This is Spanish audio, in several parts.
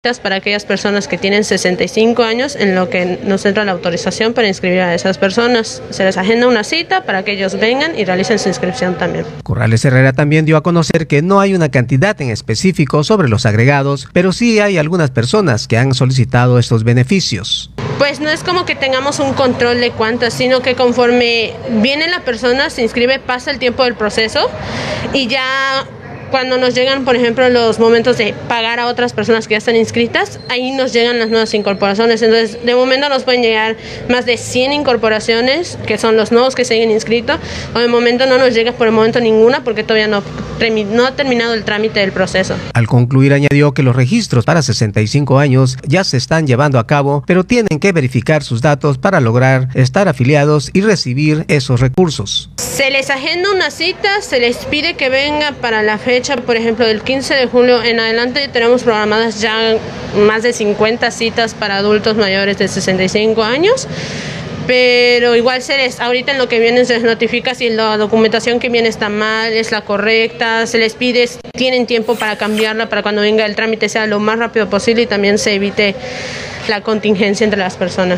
para aquellas personas que tienen 65 años, en lo que nos entra la autorización para inscribir a esas personas. Se les agenda una cita para que ellos vengan y realicen su inscripción también. Corrales Herrera también dio a conocer que no hay una cantidad en específico sobre los agregados, pero sí hay algunas personas que han solicitado estos beneficios. Pues no es como que tengamos un control de cuántas, sino que conforme viene la persona, se inscribe, pasa el tiempo del proceso y ya cuando nos llegan, por ejemplo, los momentos de pagar a otras personas que ya están inscritas, ahí nos llegan las nuevas incorporaciones. Entonces, de momento nos pueden llegar más de 100 incorporaciones, que son los nuevos que siguen inscritos, o de momento no nos llega por el momento ninguna porque todavía no ha terminado el trámite del proceso. Al concluir, añadió que los registros para 65 años ya se están llevando a cabo, pero tienen que verificar sus datos para lograr estar afiliados y recibir esos recursos. Se les agenda una cita, se les pide que venga para la fecha, por ejemplo, del 15 de julio en adelante. Tenemos programadas ya más de 50 citas para adultos mayores de 65 años. Pero igual ahorita en lo que viene se les notifica si la documentación que viene está mal, es la correcta, se les pide, tienen tiempo para cambiarla para cuando venga el trámite sea lo más rápido posible y también se evite la contingencia entre las personas.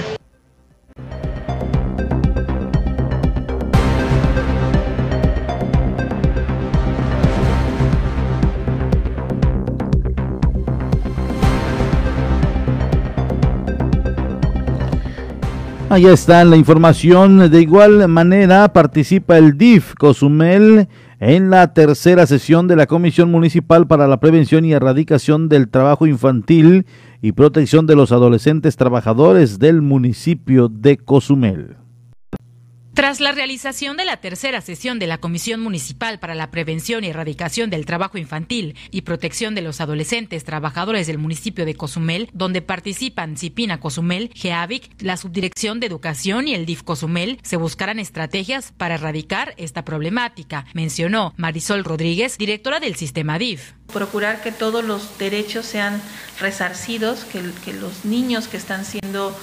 Allá está la información. De igual manera participa el DIF Cozumel en la tercera sesión de la Comisión Municipal para la Prevención y Erradicación del Trabajo Infantil y Protección de los Adolescentes Trabajadores del municipio de Cozumel. Tras la realización de la tercera sesión de la Comisión Municipal para la Prevención y Erradicación del Trabajo Infantil y Protección de los Adolescentes Trabajadores del municipio de Cozumel, donde participan Cipina Cozumel, GEAVIC, la Subdirección de Educación y el DIF Cozumel, se buscarán estrategias para erradicar esta problemática, mencionó Marisol Rodríguez, directora del sistema DIF. Procurar que todos los derechos sean resarcidos, que los niños que están siendo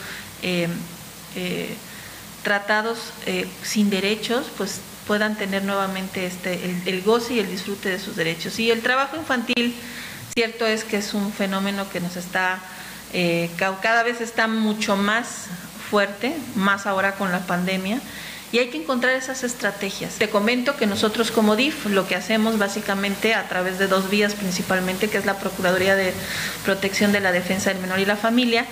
tratados sin derechos, pues puedan tener nuevamente el goce y el disfrute de sus derechos. Y el trabajo infantil, cierto es que es un fenómeno que nos está, cada vez está mucho más fuerte, más ahora con la pandemia, y hay que encontrar esas estrategias. Te comento que nosotros como DIF lo que hacemos básicamente a través de dos vías principalmente, que es la Procuraduría de Protección de la Defensa del Menor y la Familia,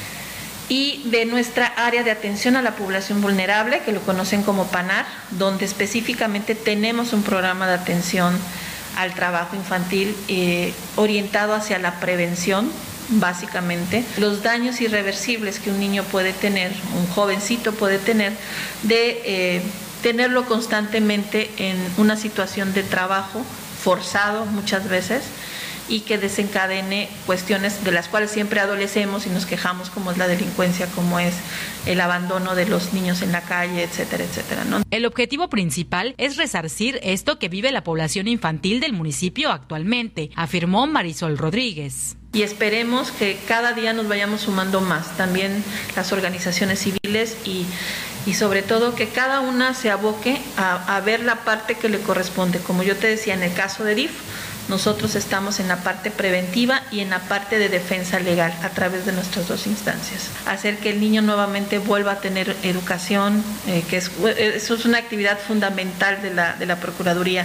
y de nuestra área de atención a la población vulnerable, que lo conocen como PANAR, donde específicamente tenemos un programa de atención al trabajo infantil orientado hacia la prevención, básicamente, los daños irreversibles que un niño puede tener, un jovencito puede tener, de tenerlo constantemente en una situación de trabajo forzado muchas veces, y que desencadene cuestiones de las cuales siempre adolecemos y nos quejamos, como es la delincuencia, como es el abandono de los niños en la calle, etcétera, etcétera, ¿no? El objetivo principal es resarcir esto que vive la población infantil del municipio actualmente, afirmó Marisol Rodríguez. Y esperemos que cada día nos vayamos sumando más, también las organizaciones civiles y sobre todo que cada una se aboque a ver la parte que le corresponde. Como yo te decía, en el caso de DIF, nosotros estamos en la parte preventiva y en la parte de defensa legal a través de nuestras dos instancias. Hacer que el niño nuevamente vuelva a tener educación, que eso es una actividad fundamental de la Procuraduría.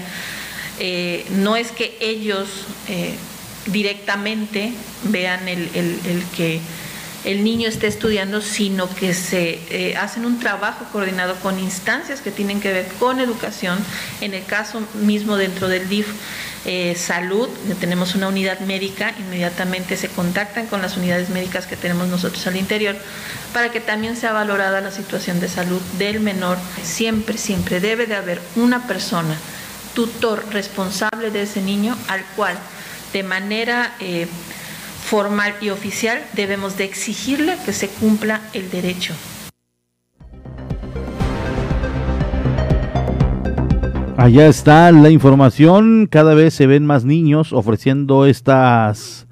No es que ellos directamente vean el que el niño esté estudiando, sino que se hacen un trabajo coordinado con instancias que tienen que ver con educación. En el caso mismo dentro del DIF, salud, tenemos una unidad médica, inmediatamente se contactan con las unidades médicas que tenemos nosotros al interior para que también sea valorada la situación de salud del menor. Siempre debe de haber una persona, tutor responsable de ese niño, al cual de manera formal y oficial debemos de exigirle que se cumpla el derecho. Allá está la información. Cada vez se ven más niños ofreciendo estos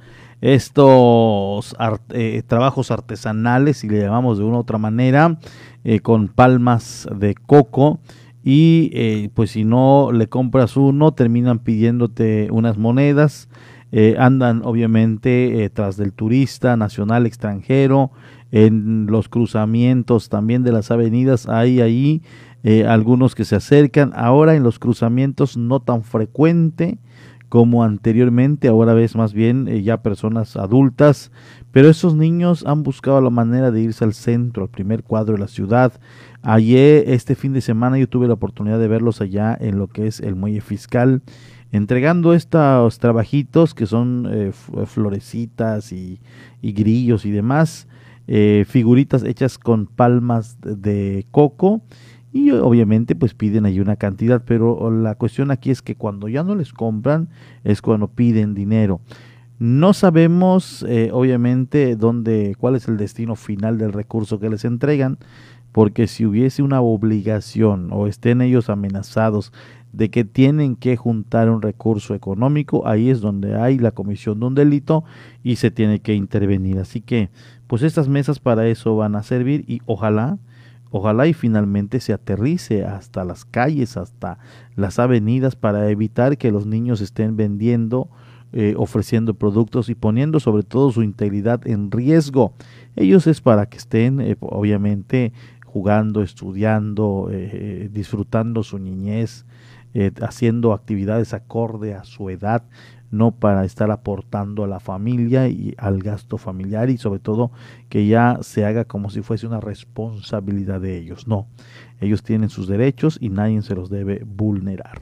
trabajos artesanales, si le llamamos de una u otra manera, con palmas de coco, y pues si no le compras uno terminan pidiéndote unas monedas. andan obviamente tras del turista nacional, extranjero, en los cruzamientos también de las avenidas, hay ahí algunos que se acercan. Ahora en los cruzamientos no tan frecuente como anteriormente, ahora ves más bien ya personas adultas, pero esos niños han buscado la manera de irse al centro, al primer cuadro de la ciudad. Ayer, este fin de semana, yo tuve la oportunidad de verlos allá en lo que es el Muelle Fiscal, entregando estos trabajitos que son florecitas y grillos y demás, figuritas hechas con palmas de coco, y obviamente pues piden ahí una cantidad, pero la cuestión aquí es que cuando ya no les compran es cuando piden dinero. No sabemos obviamente cuál es el destino final del recurso que les entregan, porque si hubiese una obligación o estén ellos amenazados de que tienen que juntar un recurso económico, ahí es donde hay la comisión de un delito y se tiene que intervenir. Así que pues estas mesas para eso van a servir, y ojalá y finalmente se aterrice hasta las calles, hasta las avenidas, para evitar que los niños estén vendiendo, ofreciendo productos y poniendo sobre todo su integridad en riesgo. Ellos es para que estén obviamente jugando, estudiando, disfrutando su niñez, haciendo actividades acorde a su edad, no para estar aportando a la familia y al gasto familiar, y sobre todo que ya se haga como si fuese una responsabilidad de ellos. No, ellos tienen sus derechos y nadie se los debe vulnerar.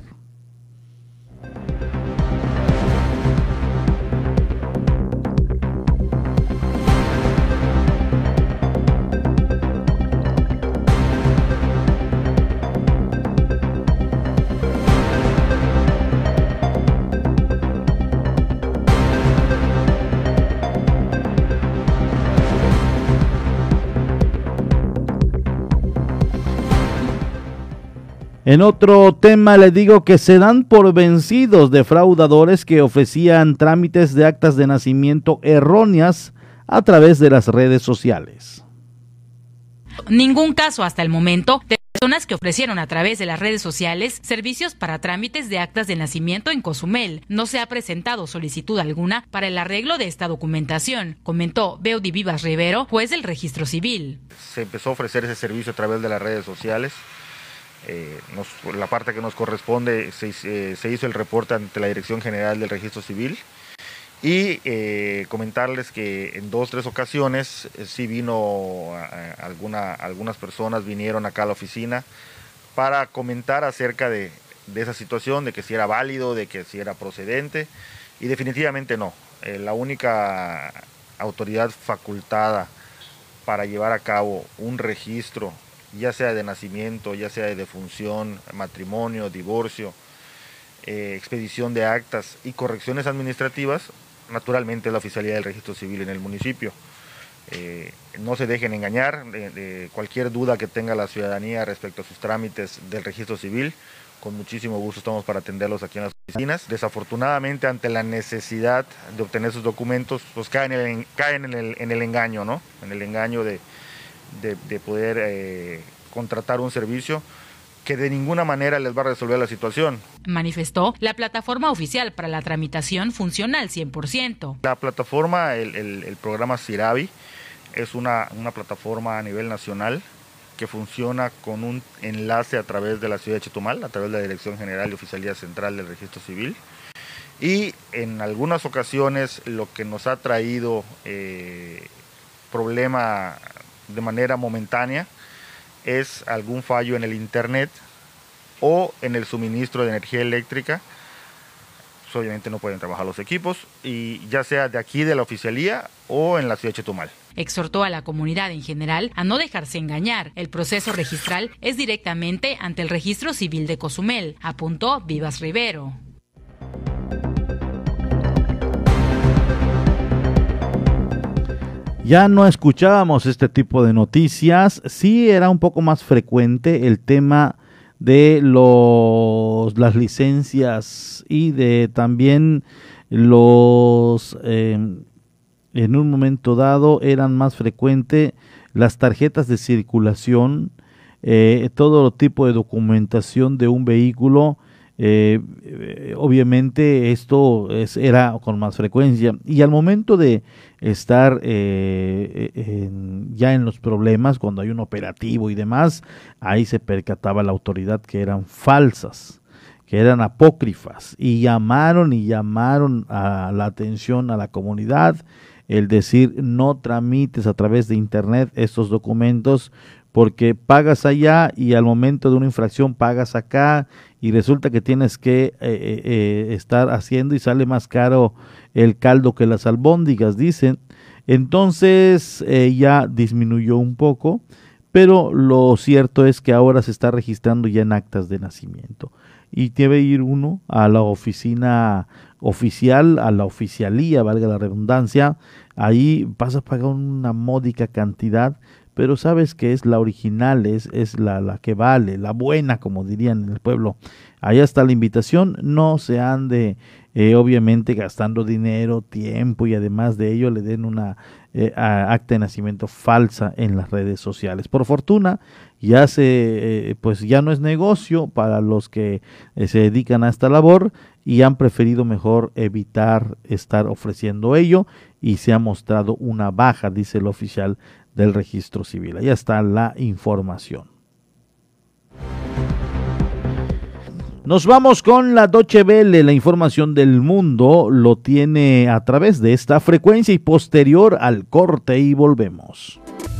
En otro tema le digo que se dan por vencidos defraudadores que ofrecían trámites de actas de nacimiento erróneas a través de las redes sociales. Ningún caso hasta el momento de personas que ofrecieron a través de las redes sociales servicios para trámites de actas de nacimiento en Cozumel. No se ha presentado solicitud alguna para el arreglo de esta documentación, comentó Beudi Vivas Rivero, juez del Registro Civil. Se empezó a ofrecer ese servicio a través de las redes sociales. La parte que nos corresponde se hizo el reporte ante la Dirección General del Registro Civil, y comentarles que en 2 o 3 ocasiones sí vino algunas personas vinieron acá a la oficina para comentar acerca de esa situación, de que si era válido, de que si era procedente, y definitivamente no. La única autoridad facultada para llevar a cabo un registro, ya sea de nacimiento, ya sea de defunción, matrimonio, divorcio, expedición de actas y correcciones administrativas, naturalmente es la Oficialía del Registro Civil en el municipio. No se dejen engañar de cualquier duda que tenga la ciudadanía respecto a sus trámites del Registro Civil. Con muchísimo gusto estamos para atenderlos aquí en las oficinas. Desafortunadamente, ante la necesidad de obtener sus documentos, pues caen en el engaño, ¿no? En el engaño de poder contratar un servicio que de ninguna manera les va a resolver la situación. Manifestó, la plataforma oficial para la tramitación funciona al 100%. La plataforma, el programa Sirabi, es una plataforma a nivel nacional que funciona con un enlace a través de la ciudad de Chetumal, a través de la Dirección General y Oficialía Central del Registro Civil. Y en algunas ocasiones lo que nos ha traído problema de manera momentánea es algún fallo en el internet o en el suministro de energía eléctrica. Pues obviamente no pueden trabajar los equipos, y ya sea de aquí de la oficialía o en la ciudad de Chetumal. Exhortó a la comunidad en general a no dejarse engañar. El proceso registral es directamente ante el Registro Civil de Cozumel, apuntó Vivas Rivero. Ya no escuchábamos este tipo de noticias. Sí era un poco más frecuente el tema de las licencias y de también los en un momento dado eran más frecuente las tarjetas de circulación, todo tipo de documentación de un vehículo Obviamente esto era con más frecuencia, y al momento de estar ya en los problemas, cuando hay un operativo y demás, ahí se percataba la autoridad que eran falsas, que eran apócrifas, y llamaron a la atención a la comunidad, el decir: no tramites a través de internet estos documentos, porque pagas allá y al momento de una infracción pagas acá, y resulta que tienes que estar haciendo y sale más caro el caldo que las albóndigas, dicen. Entonces ya disminuyó un poco, pero lo cierto es que ahora se está registrando ya en actas de nacimiento, y debe ir uno a la oficina oficial, a la oficialía, valga la redundancia. Ahí vas a pagar una módica cantidad, pero sabes que es la original, es la que vale, la buena, como dirían en el pueblo. Allá está la invitación. No se ande obviamente gastando dinero, tiempo, y además de ello le den una acta de nacimiento falsa en las redes sociales. Por fortuna ya pues ya no es negocio para los que se dedican a esta labor, y han preferido mejor evitar estar ofreciendo ello, y se ha mostrado una baja, dice el oficial del registro civil. Ahí está la información. Nos vamos con la Deutsche Welle. La información del mundo lo tiene a través de esta frecuencia, y posterior al corte y volvemos.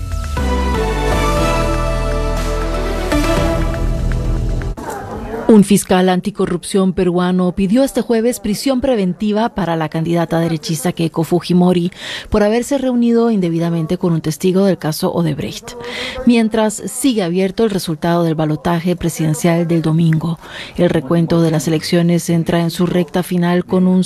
Un fiscal anticorrupción peruano pidió este jueves prisión preventiva para la candidata derechista Keiko Fujimori por haberse reunido indebidamente con un testigo del caso Odebrecht. Mientras sigue abierto el resultado del balotaje presidencial del domingo, el recuento de las elecciones entra en su recta final con un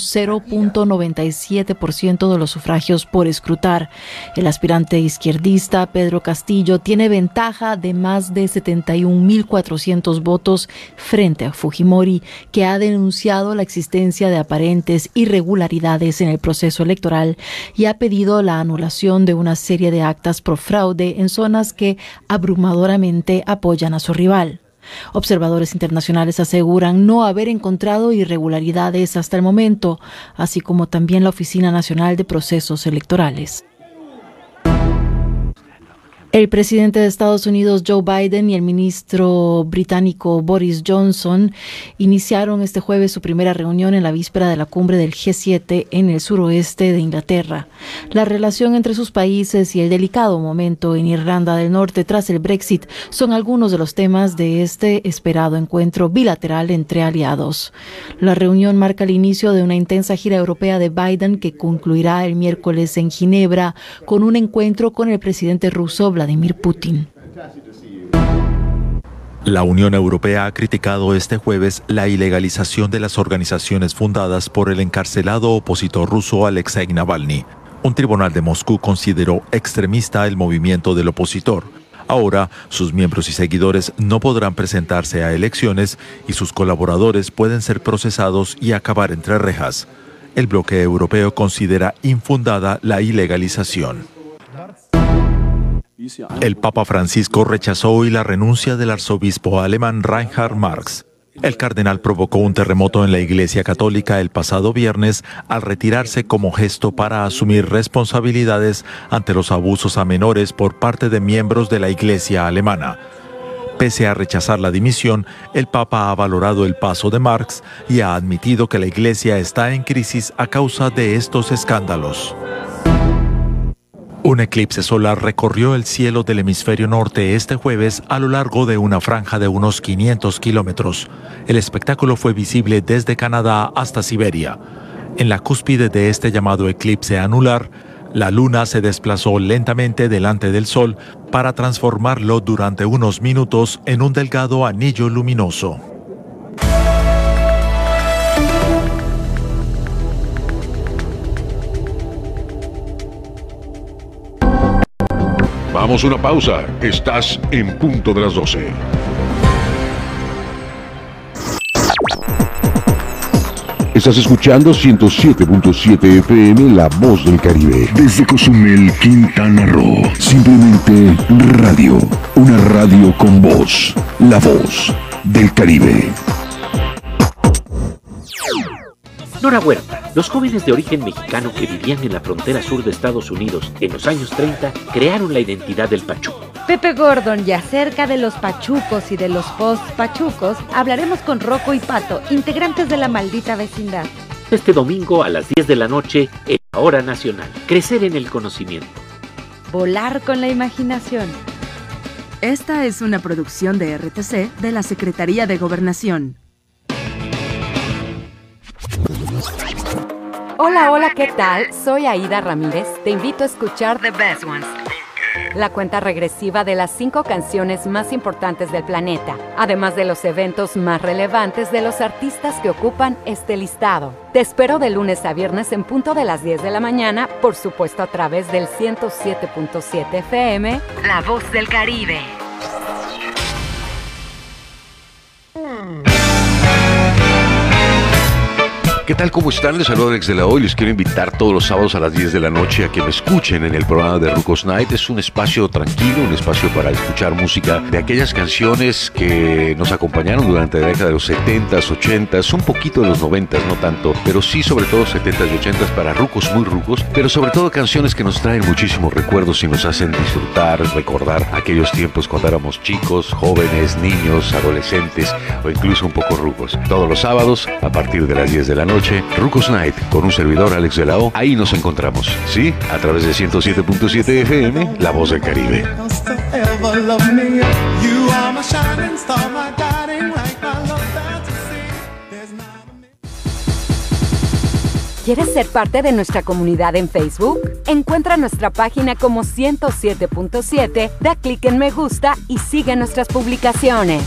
0.97% de los sufragios por escrutar. El aspirante izquierdista Pedro Castillo tiene ventaja de más de 71.400 votos frente a Fujimori, que ha denunciado la existencia de aparentes irregularidades en el proceso electoral y ha pedido la anulación de una serie de actas por fraude en zonas que abrumadoramente apoyan a su rival. Observadores internacionales aseguran no haber encontrado irregularidades hasta el momento, así como también la Oficina Nacional de Procesos Electorales. El presidente de Estados Unidos, Joe Biden, y el ministro británico Boris Johnson iniciaron este jueves su primera reunión en la víspera de la cumbre del G7 en el suroeste de Inglaterra. La relación entre sus países y el delicado momento en Irlanda del Norte tras el Brexit son algunos de los temas de este esperado encuentro bilateral entre aliados. La reunión marca el inicio de una intensa gira europea de Biden, que concluirá el miércoles en Ginebra con un encuentro con el presidente ruso Vladimir Putin. La Unión Europea ha criticado este jueves la ilegalización de las organizaciones fundadas por el encarcelado opositor ruso Alexei Navalny. Un tribunal de Moscú consideró extremista el movimiento del opositor. Ahora, sus miembros y seguidores no podrán presentarse a elecciones, y sus colaboradores pueden ser procesados y acabar entre rejas. El bloque europeo considera infundada la ilegalización. El Papa Francisco rechazó hoy la renuncia del arzobispo alemán Reinhard Marx. El cardenal provocó un terremoto en la Iglesia Católica el pasado viernes al retirarse como gesto para asumir responsabilidades ante los abusos a menores por parte de miembros de la Iglesia alemana. Pese a rechazar la dimisión, el Papa ha valorado el paso de Marx y ha admitido que la Iglesia está en crisis a causa de estos escándalos. Un eclipse solar recorrió el cielo del hemisferio norte este jueves a lo largo de una franja de unos 500 kilómetros. El espectáculo fue visible desde Canadá hasta Siberia. En la cúspide de este llamado eclipse anular, la luna se desplazó lentamente delante del sol para transformarlo durante unos minutos en un delgado anillo luminoso. Vamos a una pausa. Estás en punto de las 12. Estás escuchando 107.7 FM, La Voz del Caribe. Desde Cozumel, Quintana Roo. Simplemente radio. Una radio con voz. La Voz del Caribe. Nora Huerta, los jóvenes de origen mexicano que vivían en la frontera sur de Estados Unidos en los años 30 crearon la identidad del pachuco. Pepe Gordon, y acerca de los pachucos y de los post-pachucos, hablaremos con Rocco y Pato, integrantes de La Maldita Vecindad. Este domingo a las 10 de la noche en la Hora Nacional. Crecer en el conocimiento. Volar con la imaginación. Esta es una producción de RTC de la Secretaría de Gobernación. Hola, ¿qué tal? Soy Aida Ramírez. Te invito a escuchar The Best Ones, la cuenta regresiva de las 5 canciones más importantes del planeta, además de los eventos más relevantes de los artistas que ocupan este listado. Te espero de lunes a viernes en punto de las 10 de la mañana, por supuesto a través del 107.7 FM, La Voz del Caribe. ¿Qué tal? ¿Cómo están? Les saludo Alex de la O y les quiero invitar todos los sábados a las 10 de la noche a que me escuchen en el programa de Rucos Night. Es un espacio tranquilo, un espacio para escuchar música de aquellas canciones que nos acompañaron durante la década de los 70s, 80s, un poquito de los 90s, no tanto, pero sí sobre todo 70s y 80s para rucos muy rucos, pero sobre todo canciones que nos traen muchísimos recuerdos y nos hacen disfrutar, recordar aquellos tiempos cuando éramos chicos, jóvenes, niños, adolescentes o incluso un poco rucos. Todos los sábados a partir de las 10 de la noche, Rucos Night, con un servidor Alex de la O. Ahí nos encontramos, ¿sí? A través de 107.7 FM, La Voz del Caribe. ¿Quieres ser parte de nuestra comunidad en Facebook? Encuentra nuestra página como 107.7, da clic en me gusta y sigue nuestras publicaciones.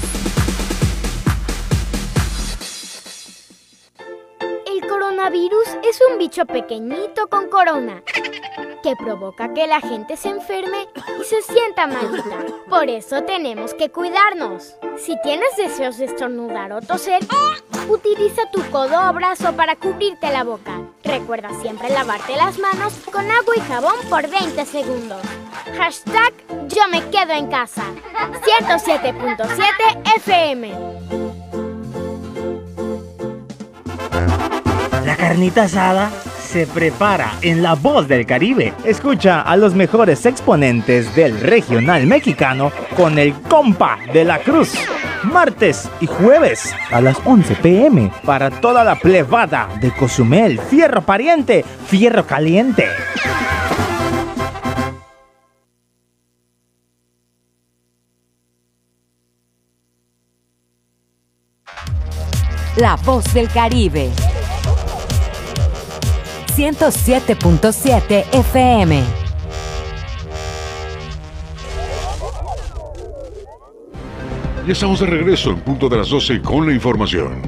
El coronavirus es un bicho pequeñito con corona que provoca que la gente se enferme y se sienta malita. Por eso tenemos que cuidarnos. Si tienes deseos de estornudar o toser, utiliza tu codo o brazo para cubrirte la boca. Recuerda siempre lavarte las manos con agua y jabón por 20 segundos. Hashtag yo me quedo en casa. 107.7 FM. La carnita asada se prepara en La Voz del Caribe. Escucha a los mejores exponentes del regional mexicano con el compa de la Cruz. Martes y jueves a las 11 p.m. para toda la plebada de Cozumel. Fierro pariente, fierro caliente. La Voz del Caribe. 107.7 FM. Ya estamos de regreso en punto de las 12 con la información.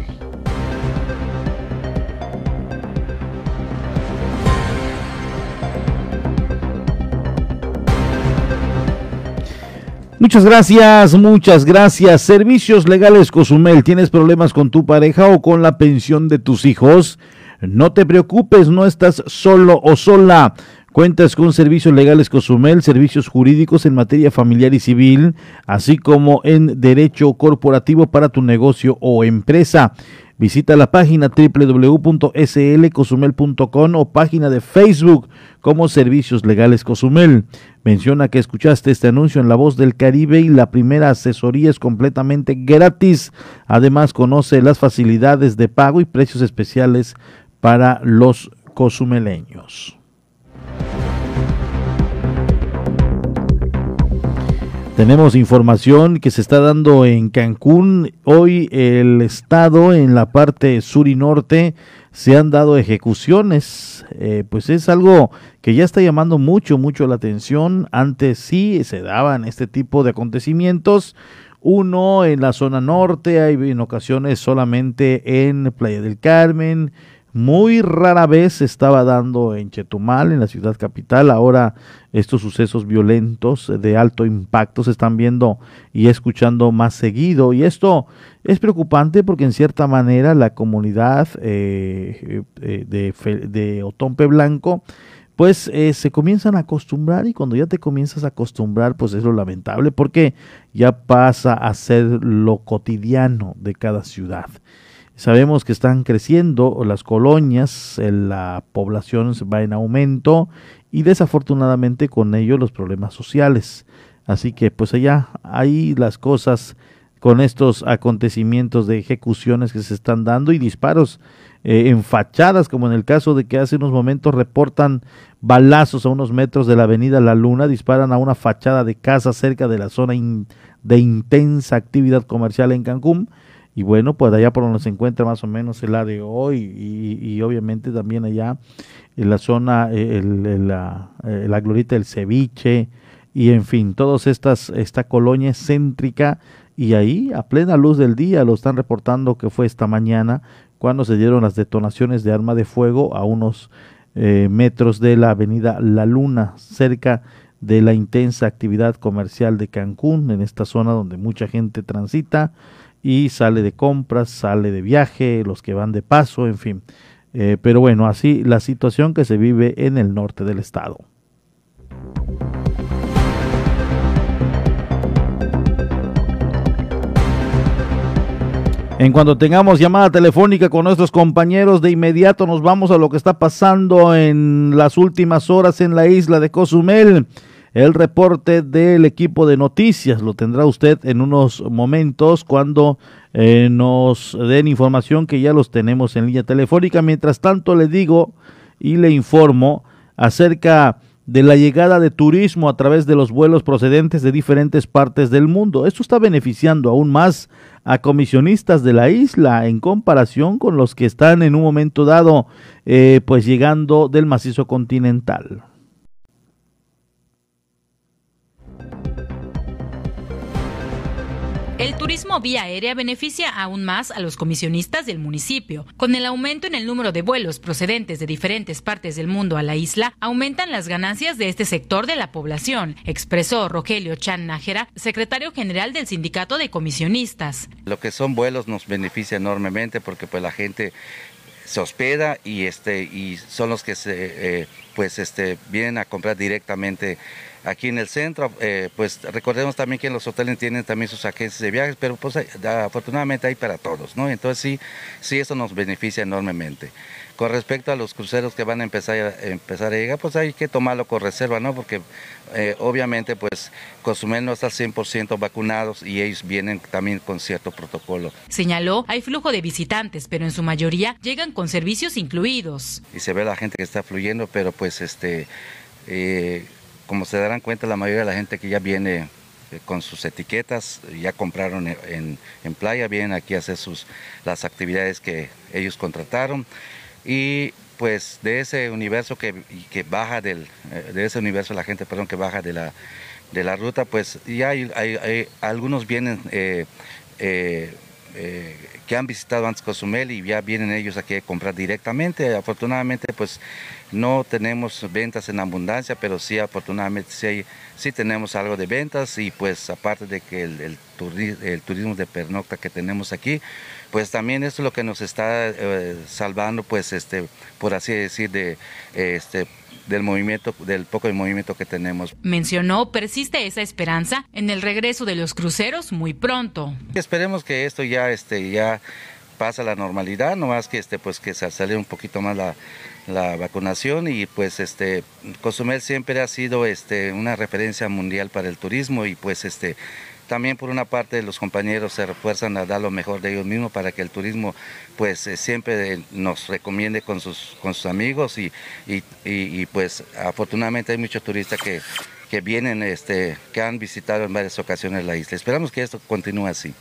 Muchas gracias. Servicios Legales Cozumel. ¿Tienes problemas con tu pareja o con la pensión de tus hijos? No te preocupes, no estás solo o sola. Cuentas con Servicios Legales Cozumel, servicios jurídicos en materia familiar y civil, así como en derecho corporativo para tu negocio o empresa. Visita la página www.slcozumel.com o página de Facebook como Servicios Legales Cozumel. Menciona que escuchaste este anuncio en La Voz del Caribe y la primera asesoría es completamente gratis. Además, conoce las facilidades de pago y precios especiales para los cozumeleños. Tenemos información que se está dando en Cancún. Hoy el estado en la parte sur y norte se han dado ejecuciones. Pues es algo que ya está llamando mucho la atención. Antes sí se daban este tipo de acontecimientos. Uno en la zona norte, hay en ocasiones solamente en Playa del Carmen. Muy rara vez se estaba dando en Chetumal, en la ciudad capital. Ahora estos sucesos violentos de alto impacto se están viendo y escuchando más seguido. Y esto es preocupante porque en cierta manera la comunidad de Otompe Blanco pues se comienzan a acostumbrar, y cuando ya te comienzas a acostumbrar pues es lo lamentable porque ya pasa a ser lo cotidiano de cada ciudad. Sabemos que están creciendo las colonias, la población va en aumento y desafortunadamente con ello los problemas sociales. Así que pues allá hay las cosas con estos acontecimientos de ejecuciones que se están dando y disparos en fachadas, como en el caso de que hace unos momentos reportan balazos a unos metros de la avenida La Luna, disparan a una fachada de casa cerca de la zona de intensa actividad comercial en Cancún. Y bueno, pues allá por donde se encuentra más o menos el ADO y obviamente también allá en la zona, la glorieta del Ceviche, y en fin, esta colonia céntrica, y ahí a plena luz del día lo están reportando que fue esta mañana cuando se dieron las detonaciones de arma de fuego a unos metros de la avenida La Luna, cerca de la intensa actividad comercial de Cancún, en esta zona donde mucha gente transita y sale de compras, sale de viaje, los que van de paso, en fin. Pero bueno, así la situación que se vive en el norte del estado. En cuanto tengamos llamada telefónica con nuestros compañeros, de inmediato nos vamos a lo que está pasando en las últimas horas en la isla de Cozumel. El reporte del equipo de noticias lo tendrá usted en unos momentos cuando nos den información, que ya los tenemos en línea telefónica. Mientras tanto le digo y le informo acerca de la llegada de turismo a través de los vuelos procedentes de diferentes partes del mundo. Esto está beneficiando aún más a comisionistas de la isla en comparación con los que están en un momento dado pues llegando del macizo continental. El turismo vía aérea beneficia aún más a los comisionistas del municipio. Con el aumento en el número de vuelos procedentes de diferentes partes del mundo a la isla, aumentan las ganancias de este sector de la población, expresó Rogelio Chan Nájera, secretario general del Sindicato de Comisionistas. Lo que son vuelos nos beneficia enormemente porque pues la gente se hospeda y son los que vienen a comprar directamente aquí en el centro. Pues recordemos también que en los hoteles tienen también sus agencias de viajes, pero pues afortunadamente hay para todos, ¿no? Entonces sí eso nos beneficia enormemente. Con respecto a los cruceros que van a empezar a llegar, pues hay que tomarlo con reserva, ¿no? Porque obviamente pues Cozumel no está 100% vacunados y ellos vienen también con cierto protocolo. Señaló, hay flujo de visitantes, pero en su mayoría llegan con servicios incluidos. Y se ve la gente que está fluyendo, pero pues como se darán cuenta, la mayoría de la gente que ya viene con sus etiquetas, ya compraron en playa, vienen aquí a hacer las actividades que ellos contrataron. Y pues de ese universo que baja de ese universo la gente, que baja de la ruta, pues ya hay algunos vienen que han visitado antes Cozumel y ya vienen ellos aquí a comprar directamente. Afortunadamente pues no tenemos ventas en abundancia, pero sí afortunadamente sí tenemos algo de ventas, y pues aparte de que el turismo de pernocta que tenemos aquí, pues también esto es lo que nos está salvando, pues por así decir, del movimiento, del poco de movimiento que tenemos. Mencionó, persiste esa esperanza en el regreso de los cruceros muy pronto. Esperemos que esto ya pasa a la normalidad, no más que pues que se acelere un poquito más la vacunación, y pues Cozumel siempre ha sido una referencia mundial para el turismo, y pues también por una parte los compañeros se refuerzan a dar lo mejor de ellos mismos para que el turismo pues siempre nos recomiende con sus amigos, y pues afortunadamente hay muchos turistas que vienen, que han visitado en varias ocasiones la isla. Esperamos que esto continúe así.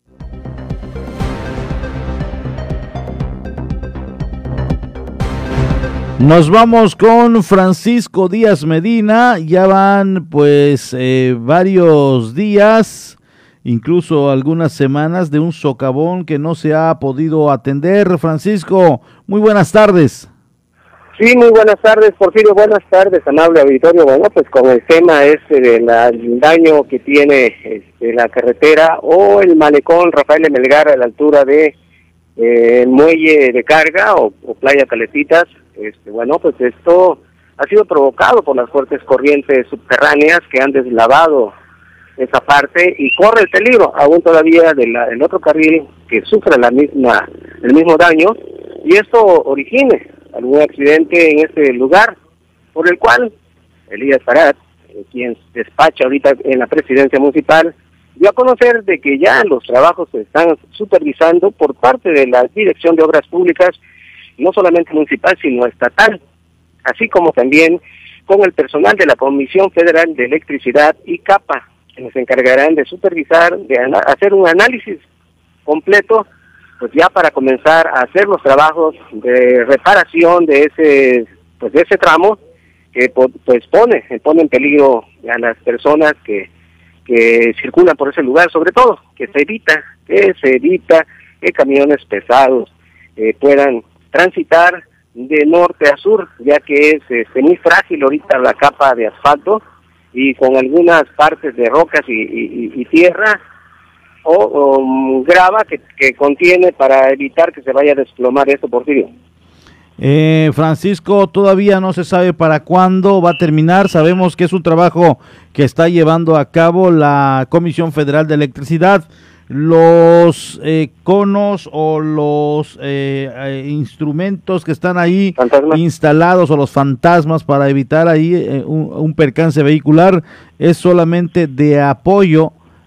Nos vamos con Francisco Díaz Medina. Ya van pues varios días, incluso algunas semanas, de un socavón que no se ha podido atender. Francisco, muy buenas tardes. Sí, muy buenas tardes, Porfirio, buenas tardes, amable auditorio. Bueno, pues con el tema del daño que tiene la carretera o el malecón Rafael Melgar a la altura de el muelle de carga o playa Caletitas. Bueno, pues esto ha sido provocado por las fuertes corrientes subterráneas que han deslavado esa parte, y corre el peligro aún todavía del otro carril que sufra el mismo daño y esto origine algún accidente en este lugar, por el cual Elías Parat, quien despacha ahorita en la presidencia municipal, dio a conocer de que ya los trabajos se están supervisando por parte de la Dirección de Obras Públicas, no solamente municipal, sino estatal, así como también con el personal de la Comisión Federal de Electricidad y CAPA, quienes se encargarán de supervisar, de hacer un análisis completo, pues ya para comenzar a hacer los trabajos de reparación de ese tramo que pues pone en peligro a las personas que circulan por ese lugar, sobre todo que se evita que camiones pesados puedan transitar de norte a sur, ya que es muy frágil ahorita la capa de asfalto y con algunas partes de rocas y tierra o grava que contiene para evitar que se vaya a desplomar esto, Porfirio. Francisco, todavía no se sabe para cuándo va a terminar. Sabemos que es un trabajo que está llevando a cabo la Comisión Federal de Electricidad. Los conos o los instrumentos que están ahí instalados o los fantasmas para evitar ahí un percance vehicular es solamente de apoyo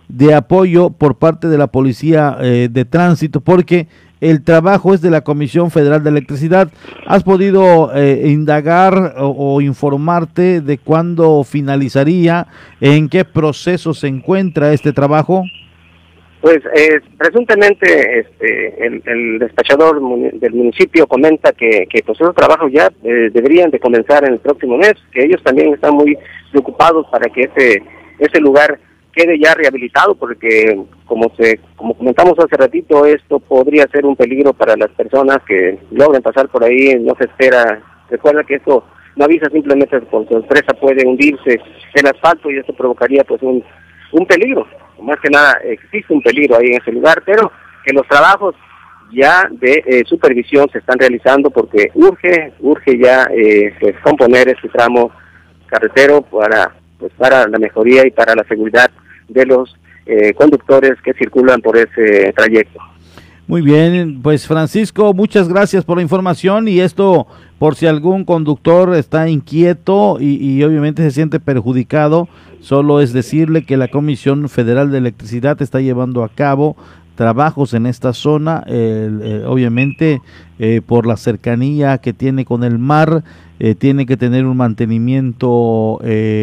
por parte de la Policía de Tránsito, porque el trabajo es de la Comisión Federal de Electricidad. ¿Has podido indagar o informarte de cuándo finalizaría, en qué proceso se encuentra este trabajo? Pues presuntamente el despachador del municipio comenta que pues esos trabajos ya deberían de comenzar en el próximo mes, que ellos también están muy preocupados para que ese lugar quede ya rehabilitado, porque como comentamos hace ratito, esto podría ser un peligro para las personas que logren pasar por ahí. No se espera, recuerda que esto no avisa, simplemente con sorpresa puede hundirse el asfalto y eso provocaría pues un peligro. Más que nada existe un peligro ahí en ese lugar, pero que los trabajos ya de supervisión se están realizando porque urge ya pues componer este tramo carretero para la mejoría y para la seguridad de los conductores que circulan por ese trayecto. Muy bien, pues Francisco, muchas gracias por la información, y esto por si algún conductor está inquieto y obviamente se siente perjudicado, solo es decirle que la Comisión Federal de Electricidad está llevando a cabo trabajos en esta zona, obviamente por la cercanía que tiene con el mar, tiene que tener un mantenimiento,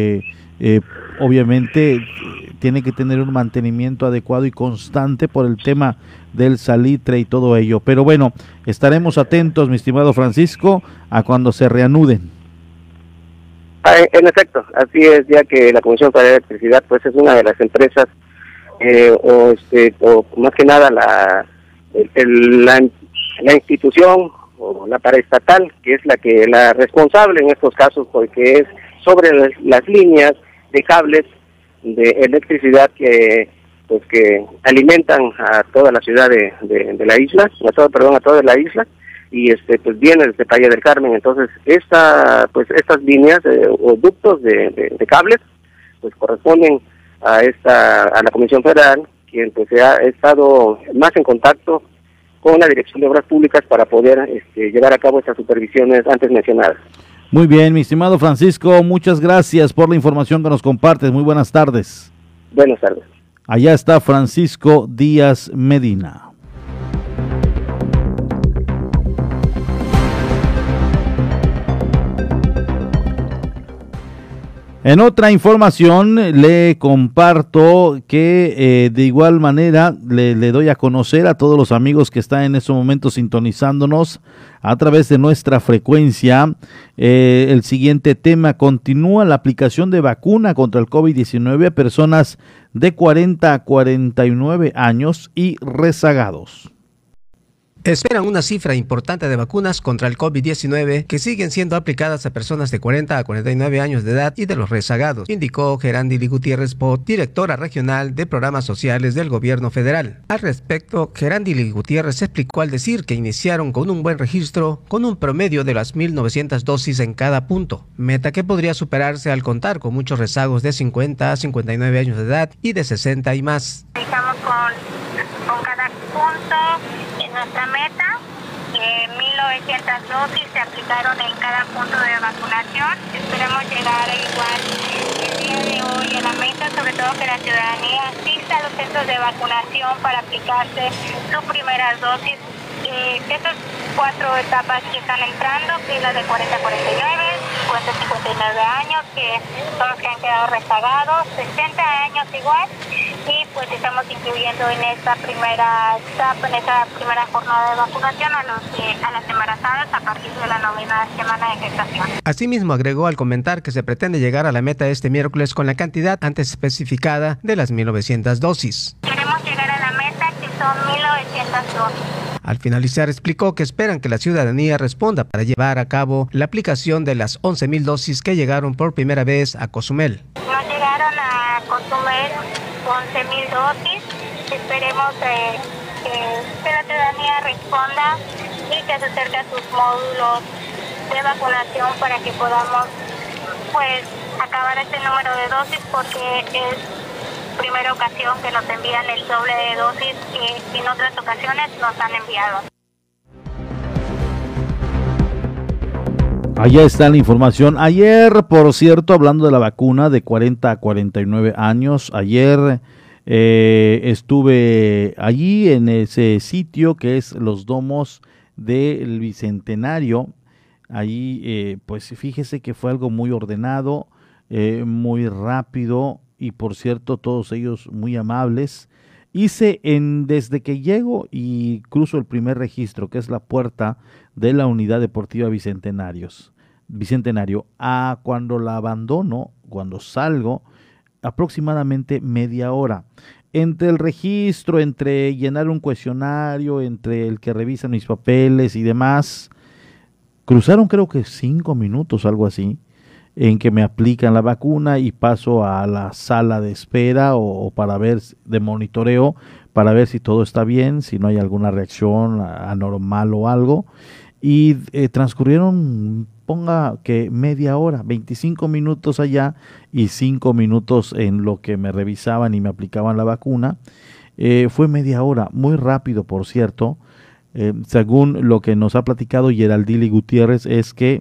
obviamente tiene que tener un mantenimiento adecuado y constante por el tema del salitre y todo ello. Pero bueno, estaremos atentos, mi estimado Francisco, a cuando se reanuden. En efecto, así es, ya que la Comisión Federal de Electricidad pues es una de las empresas o más que nada la institución o la paraestatal, que es la responsable en estos casos, porque es sobre las líneas de cables de electricidad que alimentan a toda la ciudad de la isla, a toda la isla, y pues viene desde Playa del Carmen. Entonces estas líneas o ductos de cables pues corresponden a la Comisión Federal, quien pues ha estado más en contacto con la Dirección de Obras Públicas para poder llevar a cabo estas supervisiones antes mencionadas. Muy bien, mi estimado Francisco, muchas gracias por la información que nos compartes. Muy buenas tardes. Buenas tardes. Allá está Francisco Díaz Medina. En otra información le comparto que de igual manera le doy a conocer a todos los amigos que están en estos momentos sintonizándonos a través de nuestra frecuencia. El siguiente tema: continúa la aplicación de vacuna contra el COVID-19 a personas de 40 a 49 años y rezagados. Esperan una cifra importante de vacunas contra el COVID-19 que siguen siendo aplicadas a personas de 40 a 49 años de edad y de los rezagados, indicó Gerandili Gutiérrez Pot, directora regional de programas sociales del gobierno federal. Al respecto, Gerandili Gutiérrez explicó al decir que iniciaron con un buen registro, con un promedio de las 1.900 dosis en cada punto, meta que podría superarse al contar con muchos rezagos de 50 a 59 años de edad y de 60 y más. Estamos con cada punto punto en nuestra meta. 1.900 dosis se aplicaron en cada punto de vacunación. Esperemos llegar igual el día de hoy a la meta, sobre todo que la ciudadanía asista a los centros de vacunación para aplicarse su primera dosis. Estas 4 etapas que están entrando, que es la de 40-49, 50-59 años, que son los que han quedado rezagados, 60 años igual, y pues estamos incluyendo en esta primera etapa, en esta primera jornada de vacunación a las embarazadas a partir de la 9ª semana de gestación. Asimismo, agregó al comentar que se pretende llegar a la meta este miércoles con la cantidad antes especificada de las 1.900 dosis. Queremos llegar a la meta, que son 1.900 dosis. Al finalizar explicó que esperan que la ciudadanía responda para llevar a cabo la aplicación de las 11.000 dosis que llegaron por primera vez a Cozumel. Nos llegaron a Cozumel 11.000 dosis. Esperemos que la ciudadanía responda y que se acerque a sus módulos de vacunación para que podamos pues acabar este número de dosis, porque es primera ocasión que nos envían el doble de dosis que en otras ocasiones nos han enviado. Allá está la información. Ayer, por cierto, hablando de la vacuna de 40 a 49 años, ayer estuve allí en ese sitio que es los Domos del Bicentenario. Allí, pues fíjese que fue algo muy ordenado, muy rápido, y por cierto todos ellos muy amables. Hice desde que llego y cruzo el primer registro, que es la puerta de la Unidad Deportiva Bicentenario, a cuando la abandono, cuando salgo, aproximadamente media hora. Entre el registro, entre llenar un cuestionario, entre el que revisa mis papeles y demás, cruzaron creo que 5 minutos, algo así, en que me aplican la vacuna y paso a la sala de espera o para ver, de monitoreo, para ver si todo está bien, si no hay alguna reacción anormal o algo. Y transcurrieron, ponga que media hora, 25 minutos allá y 5 minutos en lo que me revisaban y me aplicaban la vacuna. Fue media hora, muy rápido, por cierto. Según lo que nos ha platicado Geraldili Gutiérrez, es que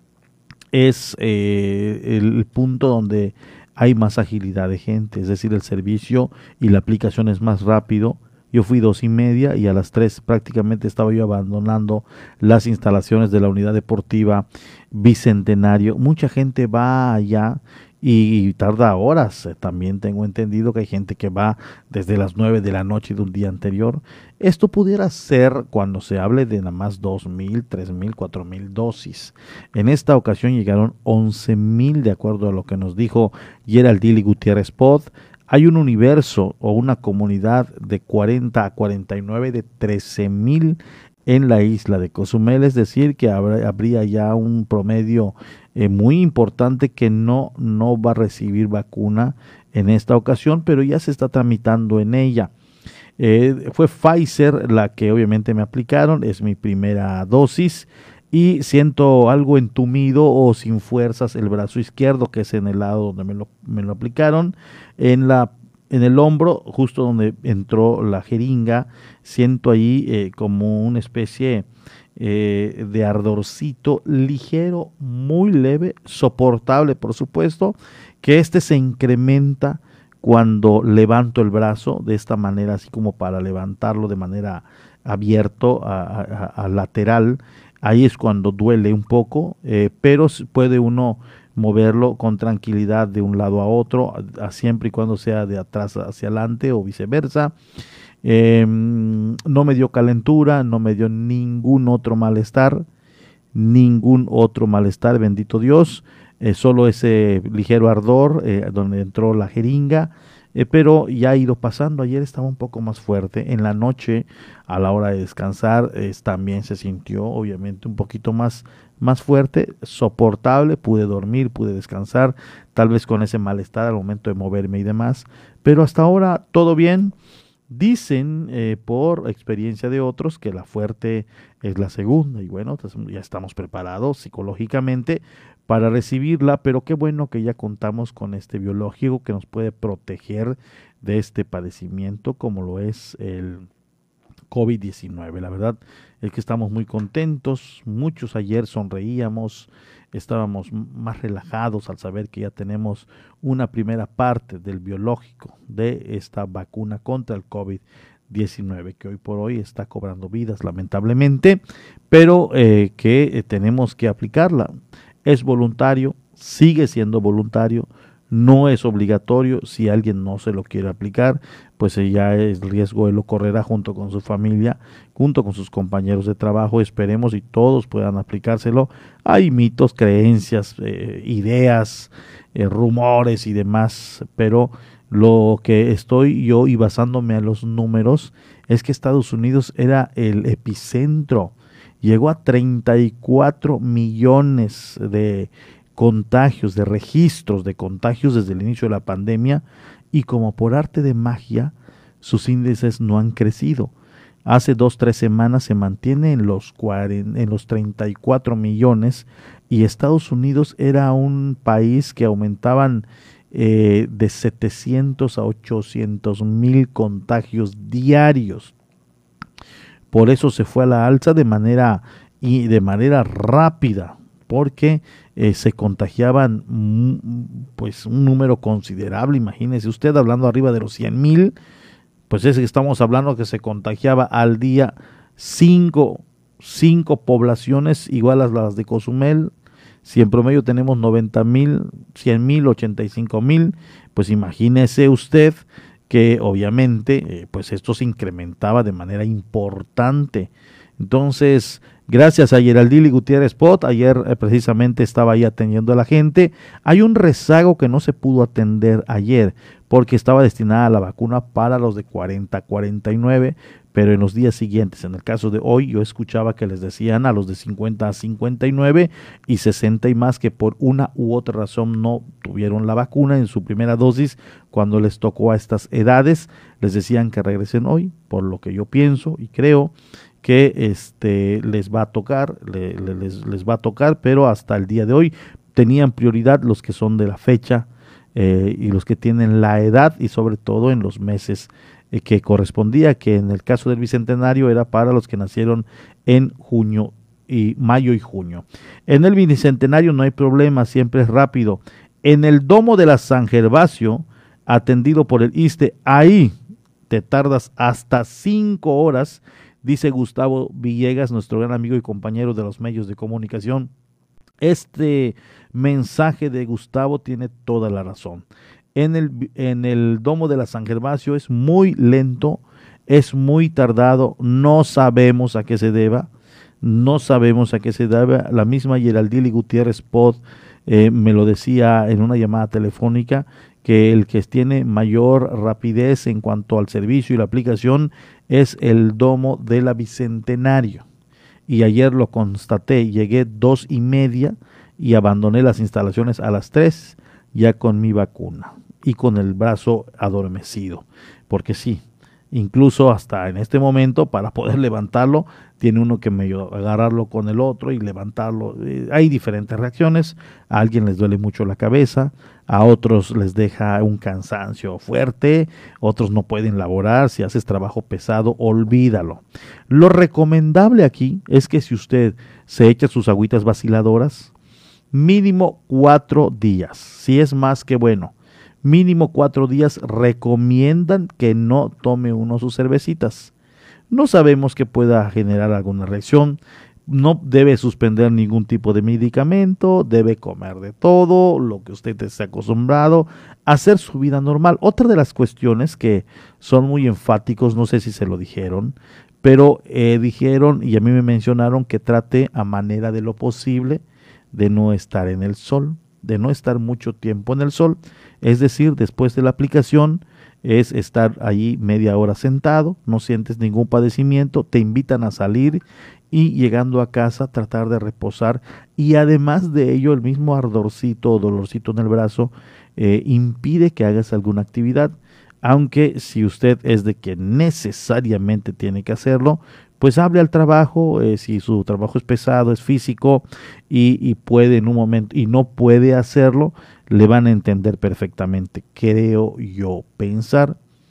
es el punto donde hay más agilidad de gente, es decir, el servicio y la aplicación es más rápido. Yo fui 2:30 y a las 3 prácticamente estaba yo abandonando las instalaciones de la Unidad Deportiva Bicentenario. Mucha gente va allá y tarda horas. También tengo entendido que hay gente que va desde las 9 de la noche de un día anterior. Esto pudiera ser cuando se hable de nada más 2.000, 3.000, 4.000 dosis. En esta ocasión llegaron 11.000, de acuerdo a lo que nos dijo Geraldili Gutiérrez Pod. Hay un universo o una comunidad de 40 a 49 de 13.000 en la isla de Cozumel, es decir, que habría ya un promedio muy importante que no va a recibir vacuna en esta ocasión, pero ya se está tramitando en ella. Fue Pfizer la que obviamente me aplicaron, es mi primera dosis y siento algo entumido o sin fuerzas el brazo izquierdo, que es en el lado donde me lo aplicaron, en el hombro, justo donde entró la jeringa, siento ahí como una especie de ardorcito ligero, muy leve, soportable por supuesto, que se incrementa cuando levanto el brazo de esta manera, así como para levantarlo de manera abierto a lateral. Ahí es cuando duele un poco, pero puede uno moverlo con tranquilidad de un lado a otro, siempre y cuando sea de atrás hacia adelante o viceversa. No me dio calentura, no me dio ningún otro malestar, bendito Dios. Solo ese ligero ardor donde entró la jeringa, pero ya ha ido pasando. Ayer estaba un poco más fuerte, en la noche a la hora de descansar también se sintió obviamente un poquito más fuerte, soportable, pude dormir, pude descansar, tal vez con ese malestar al momento de moverme y demás, pero hasta ahora todo bien. Dicen por experiencia de otros que la fuerte es la segunda y bueno, ya estamos preparados psicológicamente para recibirla, pero qué bueno que ya contamos con este biológico que nos puede proteger de este padecimiento como lo es el COVID-19. La verdad es que estamos muy contentos, muchos ayer sonreíamos, estábamos más relajados al saber que ya tenemos una primera parte del biológico de esta vacuna contra el COVID-19, que hoy por hoy está cobrando vidas lamentablemente, pero que tenemos que aplicarla. Es voluntario, sigue siendo voluntario, no es obligatorio. Si alguien no se lo quiere aplicar, pues ya es riesgo, él lo correrá junto con su familia, junto con sus compañeros de trabajo. Esperemos y todos puedan aplicárselo. Hay mitos, creencias, ideas, rumores y demás, pero lo que estoy yo y basándome a los números es que Estados Unidos era el epicentro. Llegó a 34 millones de contagios, de registros de contagios desde el inicio de la pandemia, y como por arte de magia sus índices no han crecido. Hace 2-3 semanas se mantiene en los 34 millones y Estados Unidos era un país que aumentaban de 700 a 800 mil contagios diarios. Por eso se fue a la alza de manera rápida, porque se contagiaban pues un número considerable. Imagínese usted, hablando arriba de los 100,000, pues es que estamos hablando que se contagiaba al día 5 poblaciones igual a las de Cozumel. Si en promedio tenemos 90,000, 100,000, 85,000, pues imagínese usted que obviamente pues esto se incrementaba de manera importante. Entonces, gracias a Geraldili Gutiérrez Pot, ayer precisamente estaba ahí atendiendo a la gente. Hay un rezago que no se pudo atender ayer porque estaba destinada la vacuna para los de 40 a 49, pero en los días siguientes, en el caso de hoy, yo escuchaba que les decían a los de 50 a 59 y 60 y más que por una u otra razón no tuvieron la vacuna en su primera dosis cuando les tocó a estas edades. Les decían que regresen hoy, por lo que yo pienso y creo que les va a tocar, les va a tocar, pero hasta el día de hoy tenían prioridad los que son de la fecha y los que tienen la edad, y sobre todo en los meses que correspondía, que en el caso del Bicentenario era para los que nacieron en mayo y junio. En el Bicentenario no hay problema, siempre es rápido. En el Domo de la San Gervasio, atendido por el ISSSTE, ahí te tardas hasta 5 horas, dice Gustavo Villegas, nuestro gran amigo y compañero de los medios de comunicación. Este mensaje de Gustavo tiene toda la razón. En el Domo de la San Gervasio es muy lento, es muy tardado, no sabemos a qué se deba, La misma Geraldili Gutiérrez Pot me lo decía en una llamada telefónica, que el que tiene mayor rapidez en cuanto al servicio y la aplicación es el Domo de la Bicentenario. Y ayer lo constaté, llegué 2:30 y abandoné las instalaciones a las 3 ya con mi vacuna y con el brazo adormecido, porque sí, incluso hasta en este momento para poder levantarlo tiene uno que medio agarrarlo con el otro y levantarlo. Hay diferentes reacciones. A alguien les duele mucho la cabeza, a otros les deja un cansancio fuerte, otros no pueden laborar. Si haces trabajo pesado, olvídalo. Lo recomendable aquí es que si usted se echa sus agüitas vaciladoras, mínimo 4 días, si es más que bueno, mínimo 4 días recomiendan que no tome uno sus cervecitas. No sabemos que pueda generar alguna reacción, no debe suspender ningún tipo de medicamento, debe comer de todo, lo que usted esté acostumbrado, hacer su vida normal. Otra de las cuestiones que son muy enfáticos, no sé si se lo dijeron, pero dijeron y a mí me mencionaron que trate a manera de lo posible de no estar en el sol, de no estar mucho tiempo en el sol, es decir, después de la aplicación es estar allí media hora sentado, no sientes ningún padecimiento, te invitan a salir y llegando a casa tratar de reposar, y además de ello el mismo ardorcito o dolorcito en el brazo impide que hagas alguna actividad, aunque si usted es de que necesariamente tiene que hacerlo, pues hable al trabajo, si su trabajo es pesado, es físico y puede en un momento y no puede hacerlo, le van a entender perfectamente, creo yo pensar.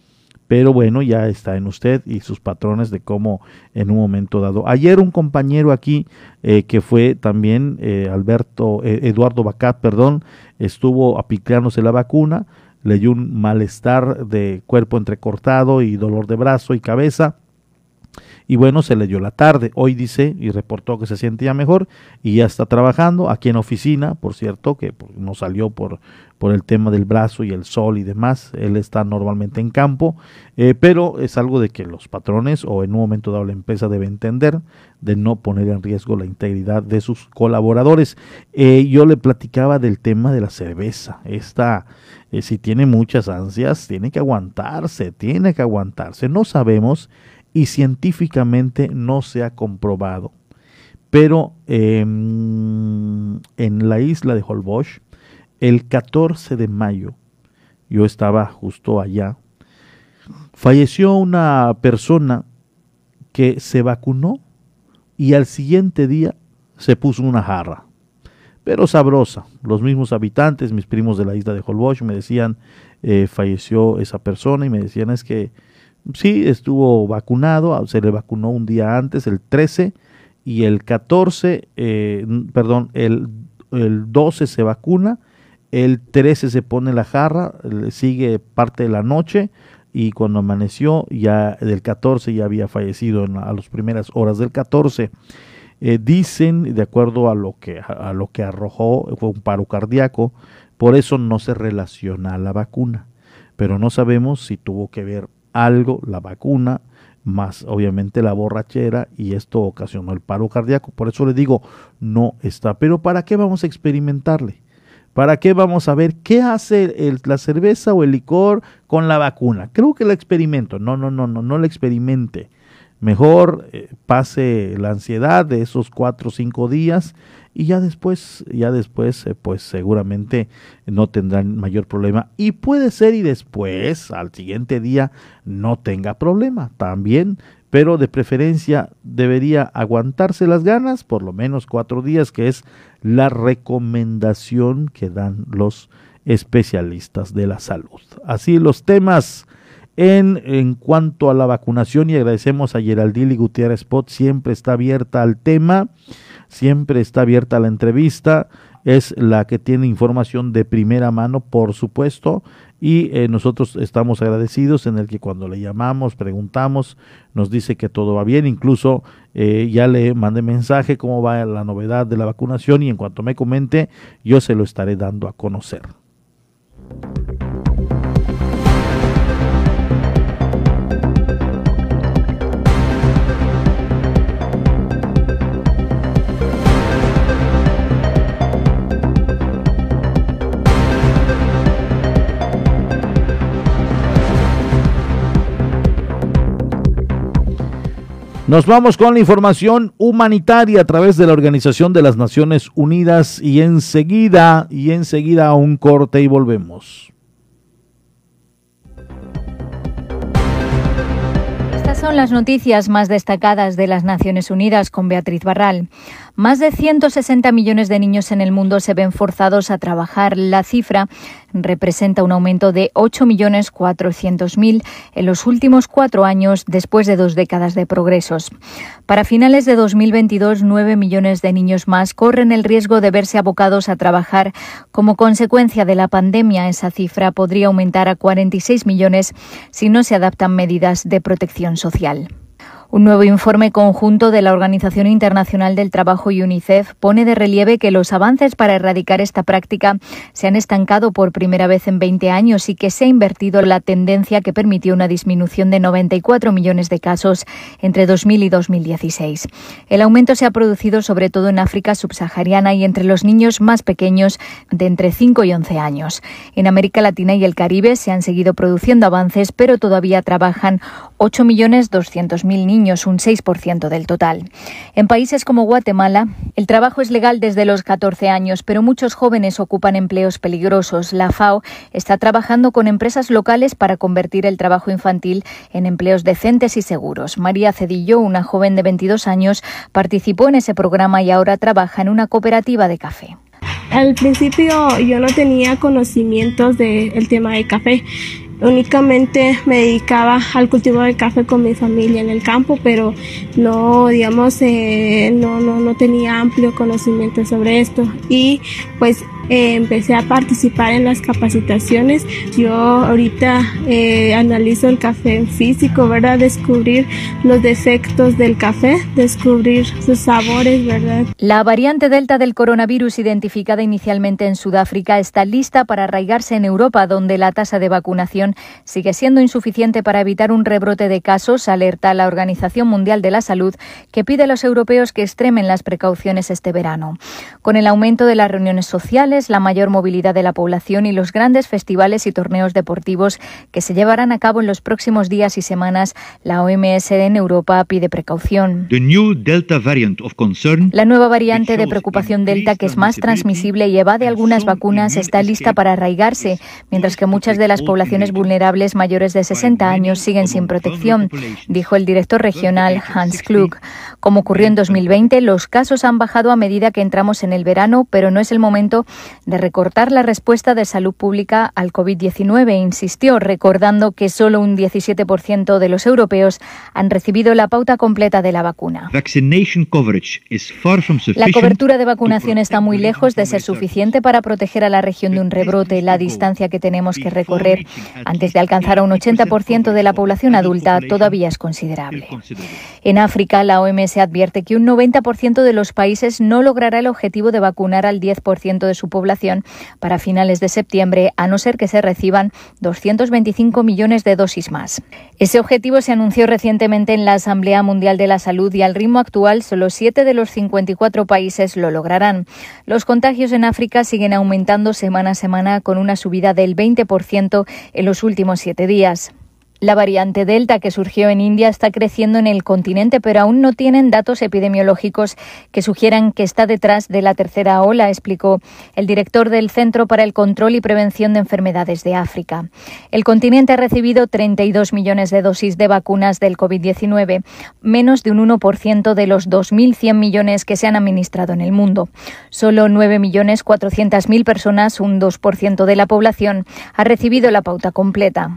pero bueno, ya está en usted y sus patrones de cómo en un momento dado. Ayer un compañero aquí que fue también Eduardo Bacat, estuvo aplicándose la vacuna, le dio un malestar de cuerpo entrecortado y dolor de brazo y cabeza. Y bueno, se le dio la tarde. Hoy dice y reportó que se sentía mejor y ya está trabajando aquí en oficina, por cierto, que no salió por el tema del brazo y el sol y demás. Él está normalmente en campo, pero es algo de que los patrones o en un momento dado la empresa debe entender de no poner en riesgo la integridad de sus colaboradores. Yo le platicaba del tema de la cerveza. Si tiene muchas ansias, tiene que aguantarse. No sabemos y científicamente no se ha comprobado, pero en la isla de Holbox, el 14 de mayo, yo estaba justo allá, falleció una persona que se vacunó y al siguiente día se puso una jarra, pero sabrosa. Los mismos habitantes, mis primos de la isla de Holbox, me decían, falleció esa persona, y me decían, es que sí, estuvo vacunado, se le vacunó un día antes, el 13, y el 14, el 12 se vacuna, el 13 se pone la jarra, sigue parte de la noche, y cuando amaneció, ya del 14 ya había fallecido a las primeras horas del 14. Dicen, de acuerdo a lo que arrojó, fue un paro cardíaco, por eso no se relaciona a la vacuna, pero no sabemos si tuvo que ver algo la vacuna, más obviamente la borrachera, y esto ocasionó el paro cardíaco. Por eso le digo, no está. Pero ¿para qué vamos a experimentarle? ¿Para qué vamos a ver qué hace la cerveza o el licor con la vacuna? Creo que la experimento. No la experimente. Mejor pase la ansiedad de esos 4 o 5 días y ya después pues seguramente no tendrán mayor problema, y puede ser y después al siguiente día no tenga problema también, pero de preferencia debería aguantarse las ganas por lo menos 4 días, que es la recomendación que dan los especialistas de la salud. Así los temas en cuanto a la vacunación, y agradecemos a Geraldine Gutiérrez Pot, siempre está abierta al tema, siempre está abierta a la entrevista, es la que tiene información de primera mano, por supuesto, y nosotros estamos agradecidos en el que cuando le llamamos, preguntamos, nos dice que todo va bien. Incluso ya le mandé mensaje cómo va la novedad de la vacunación, y en cuanto me comente, yo se lo estaré dando a conocer. Nos vamos con la información humanitaria a través de la Organización de las Naciones Unidas, y enseguida un corte y volvemos. Estas son las noticias más destacadas de las Naciones Unidas con Beatriz Barral. Más de 160 millones de niños en el mundo se ven forzados a trabajar. La cifra representa un aumento de 8.400.000 en los últimos 4 años, después de 2 décadas de progresos. Para finales de 2022, 9 millones de niños más corren el riesgo de verse abocados a trabajar como consecuencia de la pandemia. Esa cifra podría aumentar a 46 millones si no se adaptan medidas de protección social. Un nuevo informe conjunto de la Organización Internacional del Trabajo y UNICEF pone de relieve que los avances para erradicar esta práctica se han estancado por primera vez en 20 años y que se ha invertido la tendencia que permitió una disminución de 94 millones de casos entre 2000 y 2016. El aumento se ha producido sobre todo en África subsahariana y entre los niños más pequeños de entre 5 y 11 años. En América Latina y el Caribe se han seguido produciendo avances, pero todavía trabajan 8.200.000 niños, un 6% del total. En países como Guatemala, el trabajo es legal desde los 14 años, pero muchos jóvenes ocupan empleos peligrosos. La FAO está trabajando con empresas locales para convertir el trabajo infantil en empleos decentes y seguros. María Cedillo, una joven de 22 años, participó en ese programa y ahora trabaja en una cooperativa de café. Al principio yo no tenía conocimientos del tema de café. Únicamente me dedicaba al cultivo del café con mi familia en el campo, pero no, digamos, no tenía amplio conocimiento sobre esto. Y pues empecé a participar en las capacitaciones. Yo ahorita analizo el café en físico, ¿verdad? Descubrir los defectos del café, descubrir sus sabores, ¿verdad? La variante Delta del coronavirus, identificada inicialmente en Sudáfrica, está lista para arraigarse en Europa, donde la tasa de vacunación sigue siendo insuficiente para evitar un rebrote de casos, alerta la Organización Mundial de la Salud, que pide a los europeos que extremen las precauciones este verano. Con el aumento de las reuniones sociales, la mayor movilidad de la población y los grandes festivales y torneos deportivos que se llevarán a cabo en los próximos días y semanas, la OMS en Europa pide precaución. La nueva variante de preocupación Delta, que es más transmisible y evade algunas vacunas, está lista para arraigarse, mientras que muchas de las poblaciones vulnerables mayores de 60 años siguen sin protección, dijo el director regional Hans Klug. Como ocurrió en 2020, los casos han bajado a medida que entramos en el verano, pero no es el momento de recortar la respuesta de salud pública al COVID-19, insistió, recordando que solo un 17% de los europeos han recibido la pauta completa de la vacuna. La cobertura de vacunación está muy lejos de ser suficiente para proteger a la región de un rebrote. La distancia que tenemos que recorrer antes de alcanzar a un 80% de la población adulta todavía es considerable. En África, la OMS advierte que un 90% de los países no logrará el objetivo de vacunar al 10% de su población para finales de septiembre, a no ser que se reciban 225 millones de dosis más. Ese objetivo se anunció recientemente en la Asamblea Mundial de la Salud y al ritmo actual solo 7 de los 54 países lo lograrán. Los contagios en África siguen aumentando semana a semana, con una subida del 20% en los últimos 7 días. La variante Delta, que surgió en India, está creciendo en el continente, pero aún no tienen datos epidemiológicos que sugieran que está detrás de la tercera ola, explicó el director del Centro para el Control y Prevención de Enfermedades de África. El continente ha recibido 32 millones de dosis de vacunas del COVID-19, menos de un 1% de los 2.100 millones que se han administrado en el mundo. Solo 9.400.000 personas, un 2% de la población, ha recibido la pauta completa.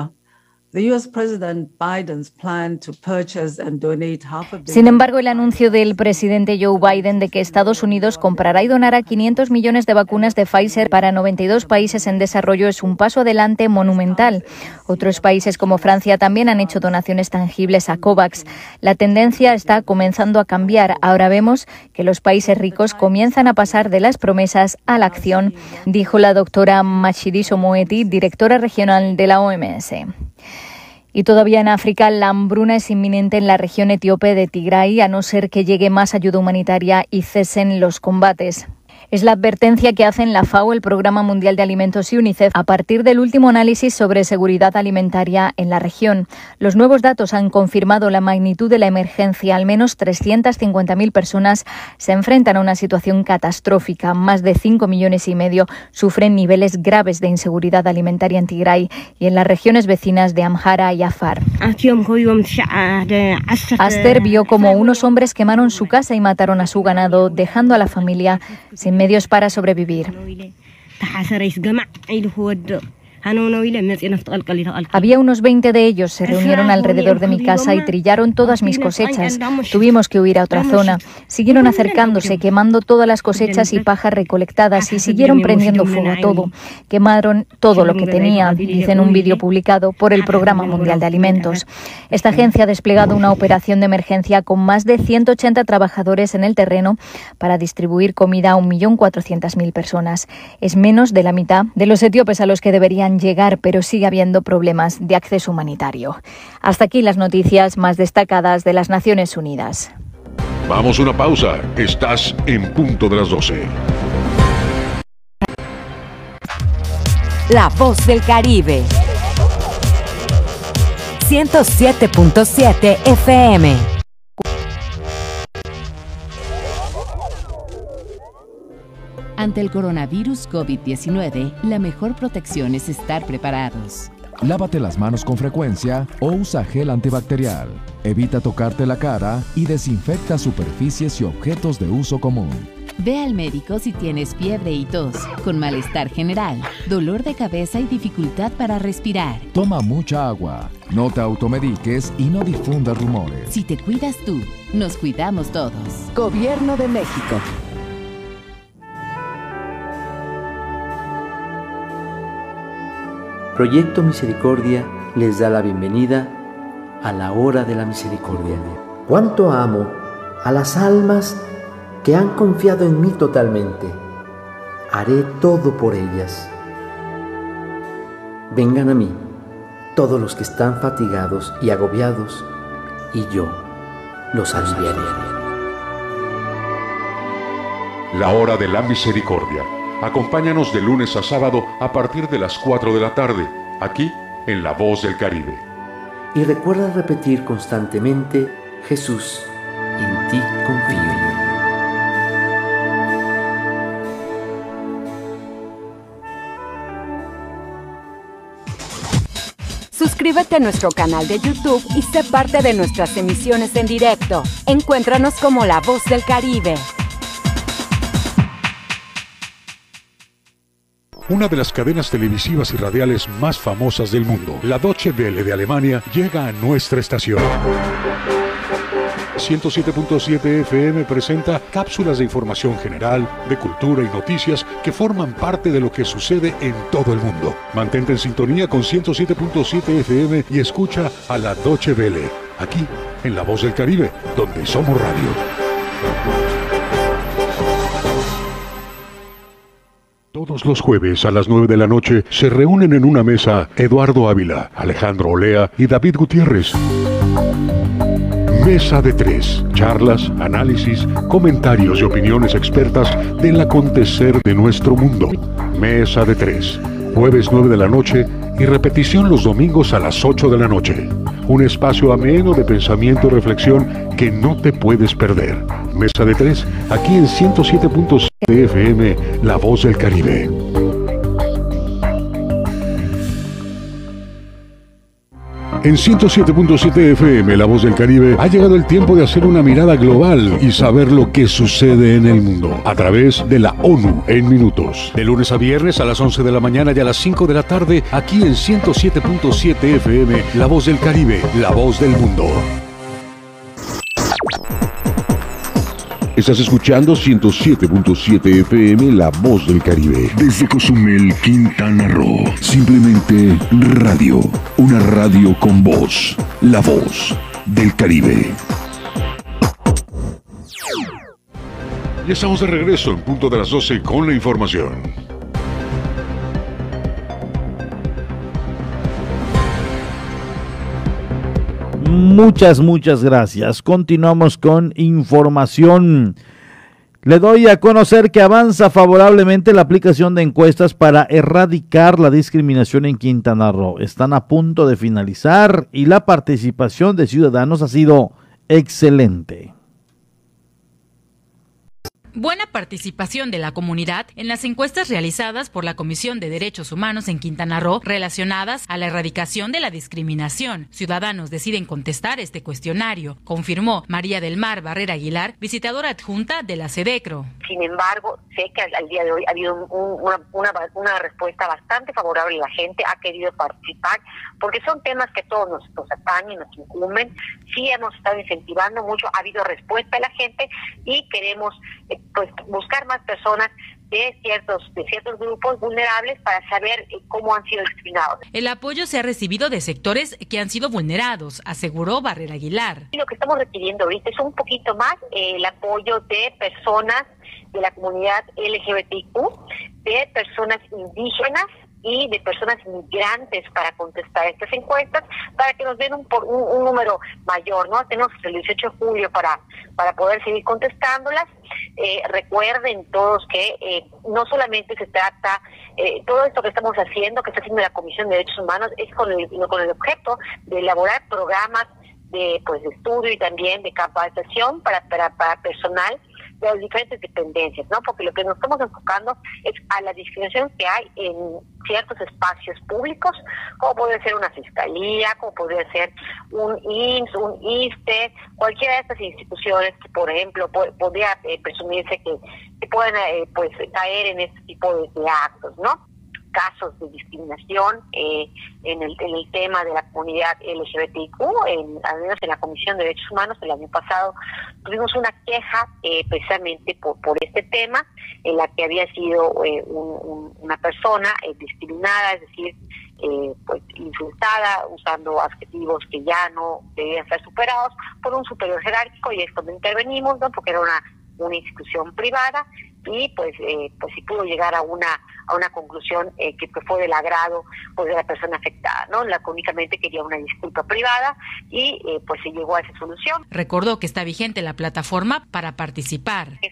Sin embargo, el anuncio del presidente Joe Biden de que Estados Unidos comprará y donará 500 millones de vacunas de Pfizer para 92 países en desarrollo es un paso adelante monumental. Otros países como Francia también han hecho donaciones tangibles a COVAX. La tendencia está comenzando a cambiar. Ahora vemos que los países ricos comienzan a pasar de las promesas a la acción, dijo la doctora Matshidiso Moeti, directora regional de la OMS. Y todavía en África, la hambruna es inminente en la región etíope de Tigray, a no ser que llegue más ayuda humanitaria y cesen los combates. Es la advertencia que hacen la FAO, el Programa Mundial de Alimentos y UNICEF a partir del último análisis sobre seguridad alimentaria en la región. Los nuevos datos han confirmado la magnitud de la emergencia. Al menos 350.000 personas se enfrentan a una situación catastrófica. Más de 5,5 millones sufren niveles graves de inseguridad alimentaria en Tigray y en las regiones vecinas de Amhara y Afar. Aster vio como unos hombres quemaron su casa y mataron a su ganado, dejando a la familia sin medios para sobrevivir. Había unos 20 de ellos, se reunieron alrededor de mi casa y trillaron todas mis cosechas. Tuvimos que huir a otra zona. Siguieron acercándose, quemando todas las cosechas y pajas recolectadas y siguieron prendiendo fuego a todo. Quemaron todo lo que tenía, dice en un vídeo publicado por el Programa Mundial de Alimentos. Esta agencia ha desplegado una operación de emergencia con más de 180 trabajadores en el terreno para distribuir comida a 1.400.000 personas. Es menos de la mitad de los etíopes a los que deberían llegar, pero sigue habiendo problemas de acceso humanitario. Hasta aquí las noticias más destacadas de las Naciones Unidas. Vamos a una pausa. Estás en punto de las 12. La voz del Caribe. 107.7 FM. Ante el coronavirus COVID-19, la mejor protección es estar preparados. Lávate las manos con frecuencia o usa gel antibacterial. Evita tocarte la cara y desinfecta superficies y objetos de uso común. Ve al médico si tienes fiebre y tos, con malestar general, dolor de cabeza y dificultad para respirar. Toma mucha agua, no te automediques y no difundas rumores. Si te cuidas tú, nos cuidamos todos. Gobierno de México. Proyecto Misericordia les da la bienvenida a la hora de la misericordia. Cuánto amo a las almas que han confiado en mí totalmente. Haré todo por ellas. Vengan a mí, todos los que están fatigados y agobiados, y yo los aliviaré. La hora de la misericordia. Acompáñanos de lunes a sábado a partir de las 4 de la tarde, aquí en La Voz del Caribe. Y recuerda repetir constantemente: Jesús, en ti confío. Suscríbete a nuestro canal de YouTube y sé parte de nuestras emisiones en directo. Encuéntranos como La Voz del Caribe. Una de las cadenas televisivas y radiales más famosas del mundo, la Deutsche Welle de Alemania, llega a nuestra estación. 107.7 FM presenta cápsulas de información general, de cultura y noticias que forman parte de lo que sucede en todo el mundo. Mantente en sintonía con 107.7 FM y escucha a la Deutsche Welle, aquí en La Voz del Caribe, donde somos radio. Todos los jueves a las 9 de la noche se reúnen en una mesa Eduardo Ávila, Alejandro Olea y David Gutiérrez. Mesa de tres. Charlas, análisis, comentarios y opiniones expertas del acontecer de nuestro mundo. Mesa de tres. Jueves 9 de la noche y repetición los domingos a las 8 de la noche. Un espacio ameno de pensamiento y reflexión que no te puedes perder. Mesa de tres, aquí en 107.7 FM, La Voz del Caribe. En 107.7 FM, La Voz del Caribe, ha llegado el tiempo de hacer una mirada global y saber lo que sucede en el mundo a través de la ONU en minutos. De lunes a viernes a las 11 de la mañana y a las 5 de la tarde, aquí en 107.7 FM, La Voz del Caribe, La Voz del Mundo. Estás escuchando 107.7 FM, La Voz del Caribe. Desde Cozumel, Quintana Roo. Simplemente radio. Una radio con voz. La Voz del Caribe. Y estamos de regreso en punto de las 12 con la información. Muchas gracias. Continuamos con información. Le doy a conocer que avanza favorablemente la aplicación de encuestas para erradicar la discriminación en Quintana Roo. Están a punto de finalizar y la participación de ciudadanos ha sido excelente. Buena participación de la comunidad en las encuestas realizadas por la Comisión de Derechos Humanos en Quintana Roo relacionadas a la erradicación de la discriminación. Ciudadanos deciden contestar este cuestionario, confirmó María del Mar Barrera Aguilar, visitadora adjunta de la SEDECRO. Sin embargo, sé que al día de hoy ha habido una respuesta bastante favorable. La gente ha querido participar porque son temas que todos nos atañen, nos incumben. Sí hemos estado incentivando mucho, ha habido respuesta de la gente y queremos pues buscar más personas de ciertos grupos vulnerables para saber cómo han sido discriminados. El apoyo se ha recibido de sectores que han sido vulnerados, aseguró Barrera Aguilar. Y lo que estamos requiriendo ahorita es un poquito más el apoyo de personas de la comunidad LGBTQ, de personas indígenas y de personas migrantes para contestar estas encuestas, para que nos den un número mayor, ¿no? Tenemos el 18 de julio para poder seguir contestándolas. Recuerden todos que no solamente se trata, todo esto que estamos haciendo, que está haciendo la Comisión de Derechos Humanos, es con el objeto de elaborar programas de estudio y también de capacitación para personal de las diferentes dependencias, ¿no? Porque lo que nos estamos enfocando es a la discriminación que hay en ciertos espacios públicos, como podría ser una fiscalía, como podría ser un IMSS, un ISSSTE, cualquiera de estas instituciones que, por ejemplo, podría presumirse que pueden caer en este tipo de actos, ¿no? Casos de discriminación en el tema de la comunidad LGBTIQ, al menos en la Comisión de Derechos Humanos el año pasado tuvimos una queja precisamente por este tema, en la que había sido una persona discriminada, es decir, insultada usando adjetivos que ya no debían ser superados por un superior jerárquico, y es cuando intervenimos, ¿no? Porque era una institución privada, y pues sí pudo llegar a una conclusión que fue del agrado pues de la persona afectada, ¿no? La que únicamente quería una disculpa privada, y pues se llegó a esa solución. Recordó que está vigente la plataforma para participar. Es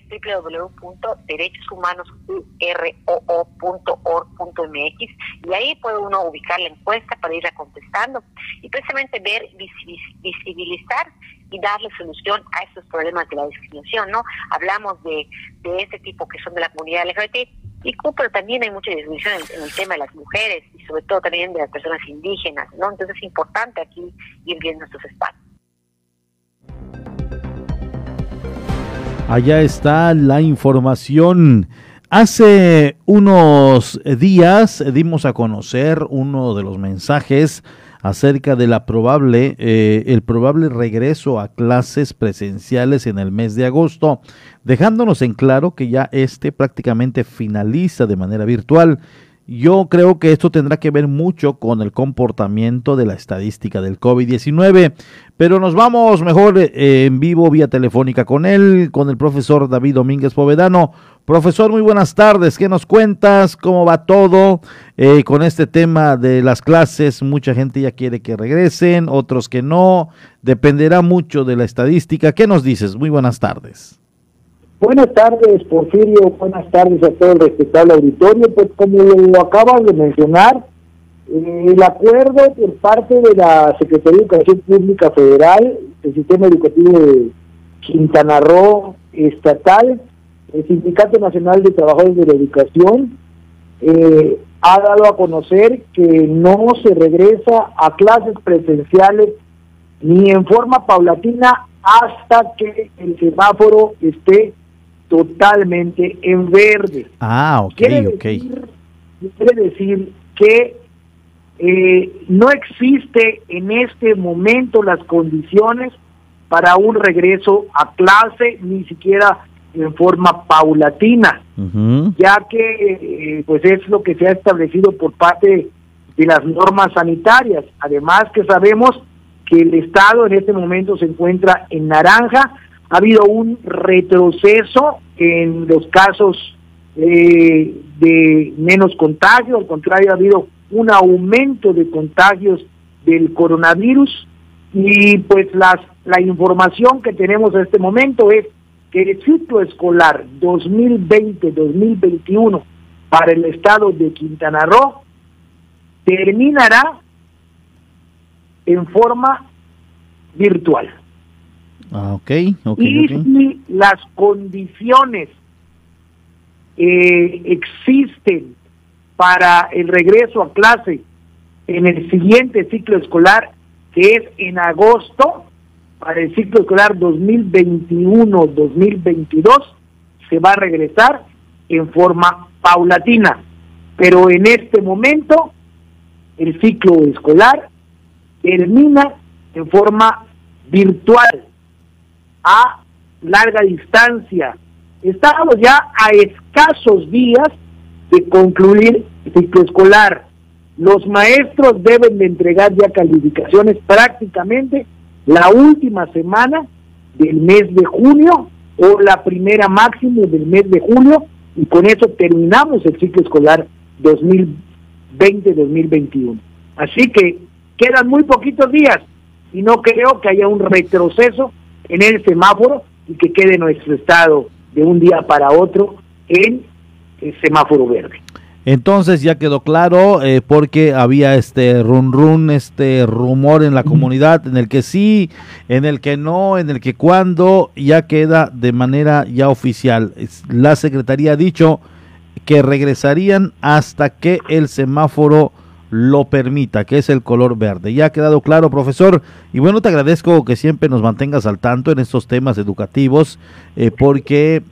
www.derechoshumanosroo.org.mx, y ahí puede uno ubicar la encuesta para irla contestando y precisamente ver, visibilizar y darle solución a estos problemas de la discriminación, ¿no? Hablamos de este tipo que son de la comunidad LGBTIQ, pero también hay mucha discriminación en el tema de las mujeres y sobre todo también de las personas indígenas, ¿no? Entonces es importante aquí ir viendo estos espacios. Allá está la información. Hace unos días dimos a conocer uno de los mensajes acerca de el probable regreso a clases presenciales en el mes de agosto, dejándonos en claro que ya prácticamente finaliza de manera virtual. Yo creo que esto tendrá que ver mucho con el comportamiento de la estadística del COVID-19, pero nos vamos mejor en vivo vía telefónica con el profesor David Domínguez Povedano. Profesor, muy buenas tardes. ¿Qué nos cuentas? ¿Cómo va todo con este tema de las clases? Mucha gente ya quiere que regresen, otros que no. Dependerá mucho de la estadística. ¿Qué nos dices? Muy buenas tardes. Buenas tardes, Porfirio. Buenas tardes a todo el respetable auditorio. Pues como lo acabas de mencionar, el acuerdo por parte de la Secretaría de Educación Pública Federal, el Sistema Educativo de Quintana Roo Estatal, el Sindicato Nacional de Trabajadores de la Educación, ha dado a conocer que no se regresa a clases presenciales ni en forma paulatina hasta que el semáforo esté totalmente en verde. Quiere decir que no existe en este momento las condiciones para un regreso a clase, ni siquiera en forma paulatina, ya que pues es lo que se ha establecido por parte de las normas sanitarias. Además que sabemos que el estado en este momento se encuentra en naranja. Ha habido un retroceso en los casos de menos contagio, al contrario, ha habido un aumento de contagios del coronavirus, y pues la información que tenemos en este momento es que el ciclo escolar 2020-2021 para el estado de Quintana Roo terminará en forma virtual. Si las condiciones existen para el regreso a clase en el siguiente ciclo escolar, que es en agosto, para el ciclo escolar 2021-2022, se va a regresar en forma paulatina. Pero en este momento, el ciclo escolar termina en forma virtual, a larga distancia. Estamos ya a escasos días de concluir el ciclo escolar. Los maestros deben de entregar ya calificaciones prácticamente la última semana del mes de junio o la primera máxima del mes de julio, y con eso terminamos el ciclo escolar 2020-2021. Así que quedan muy poquitos días y no creo que haya un retroceso en el semáforo y que quede nuestro estado de un día para otro en el semáforo verde. Entonces ya quedó claro, porque había rumor en la comunidad, en el que sí, en el que no, en el que cuándo, ya queda de manera ya oficial. La Secretaría ha dicho que regresarían hasta que el semáforo lo permita, que es el color verde. Ya ha quedado claro, profesor, y bueno, te agradezco que siempre nos mantengas al tanto en estos temas educativos, porque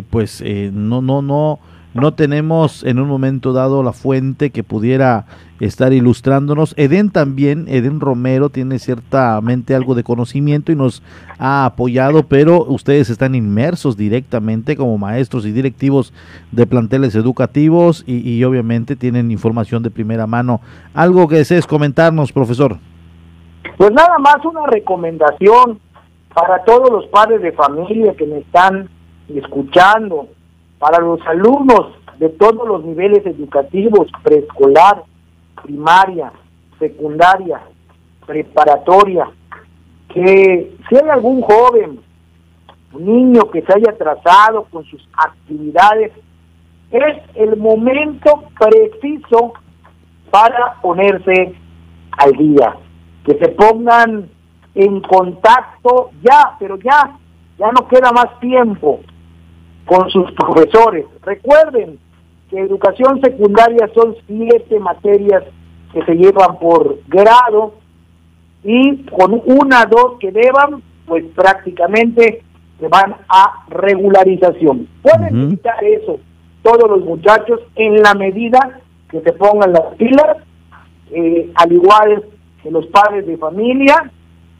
no tenemos en un momento dado la fuente que pudiera estar ilustrándonos. Eden Romero tiene ciertamente algo de conocimiento y nos ha apoyado, pero ustedes están inmersos directamente como maestros y directivos de planteles educativos y obviamente tienen información de primera mano. ¿Algo que desees comentarnos, profesor? Pues nada más una recomendación para todos los padres de familia que me están escuchando, para los alumnos de todos los niveles educativos, preescolar, primaria, secundaria, preparatoria, que si hay algún joven, un niño que se haya atrasado con sus actividades, es el momento preciso para ponerse al día, que se pongan en contacto pero ya no queda más tiempo con sus profesores. Recuerden que educación secundaria son 7 materias que se llevan por grado y con 1, 2 que deban, pues prácticamente se van a regularización. Pueden evitar eso todos los muchachos en la medida que se pongan las pilas, al igual que los padres de familia.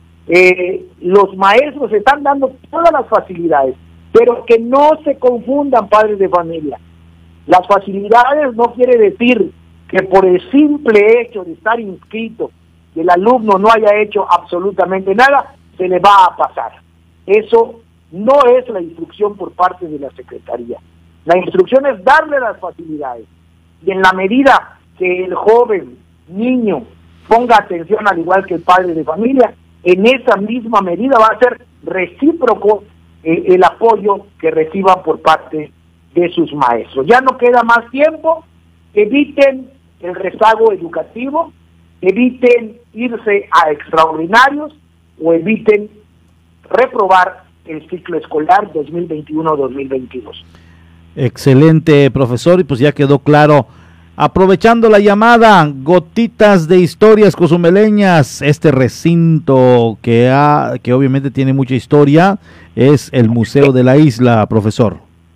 Los maestros están dando todas las facilidades, pero que no se confundan, padres de familia. Las facilidades no quiere decir que por el simple hecho de estar inscrito, que el alumno no haya hecho absolutamente nada, se le va a pasar. Eso no es la instrucción por parte de la Secretaría. La instrucción es darle las facilidades. Y en la medida que el joven, niño, ponga atención al igual que el padre de familia, en esa misma medida va a ser recíproco el apoyo que reciban por parte de sus maestros. Ya no queda más tiempo, eviten el rezago educativo, eviten irse a extraordinarios o eviten reprobar el ciclo escolar 2021-2022. Excelente, profesor, y pues ya quedó claro. Aprovechando la llamada, Gotitas de Historias Cozumeleñas, este recinto que obviamente tiene mucha historia, es el Museo de la Isla, profesor.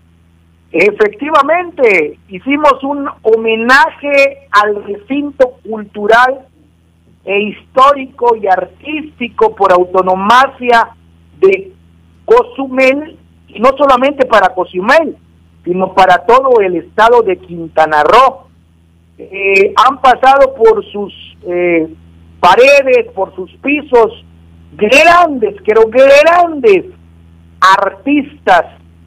Efectivamente, hicimos un homenaje al recinto cultural e histórico y artístico por autonomía de Cozumel, y no solamente para Cozumel, sino para todo el estado de Quintana Roo. Han pasado por sus paredes, por sus pisos, grandes artistas,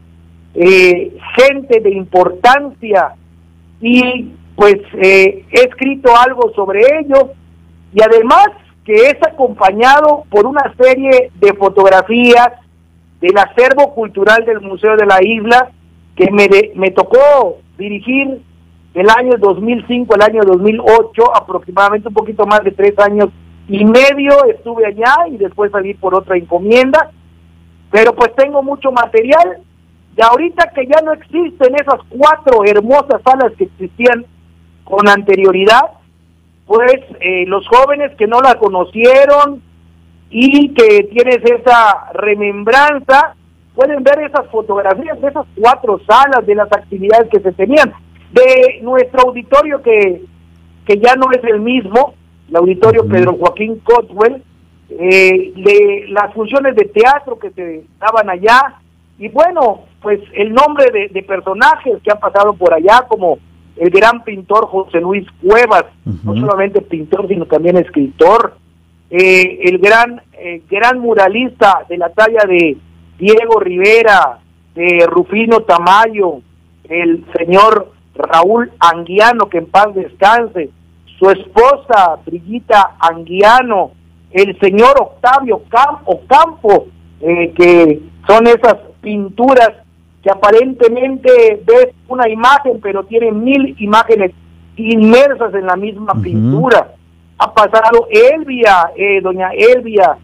gente de importancia, y pues he escrito algo sobre ello, y además que es acompañado por una serie de fotografías del acervo cultural del Museo de la Isla, que me tocó dirigir el año 2005, el año 2008, aproximadamente un poquito más de 3 años y medio estuve allá, y después salí por otra encomienda, pero pues tengo mucho material, y ahorita que ya no existen esas 4 hermosas salas que existían con anterioridad, pues los jóvenes que no la conocieron y que tienes esa remembranza, pueden ver esas fotografías de esas 4 salas, de las actividades que se tenían, de nuestro auditorio que ya no es el mismo, el auditorio Pedro Joaquín Cotwell, de las funciones de teatro que se daban allá, y bueno, pues el nombre de personajes que han pasado por allá, como el gran pintor José Luis Cuevas, no solamente pintor, sino también escritor, el gran muralista de la talla de Diego Rivera, de Rufino Tamayo, el señor Raúl Anguiano, que en paz descanse, su esposa Brigita Anguiano, el señor Octavio Ocampo, que son esas pinturas que aparentemente ves una imagen, pero tiene 1000 imágenes inmersas en la misma pintura. Ha pasado Elvia, doña Elvia,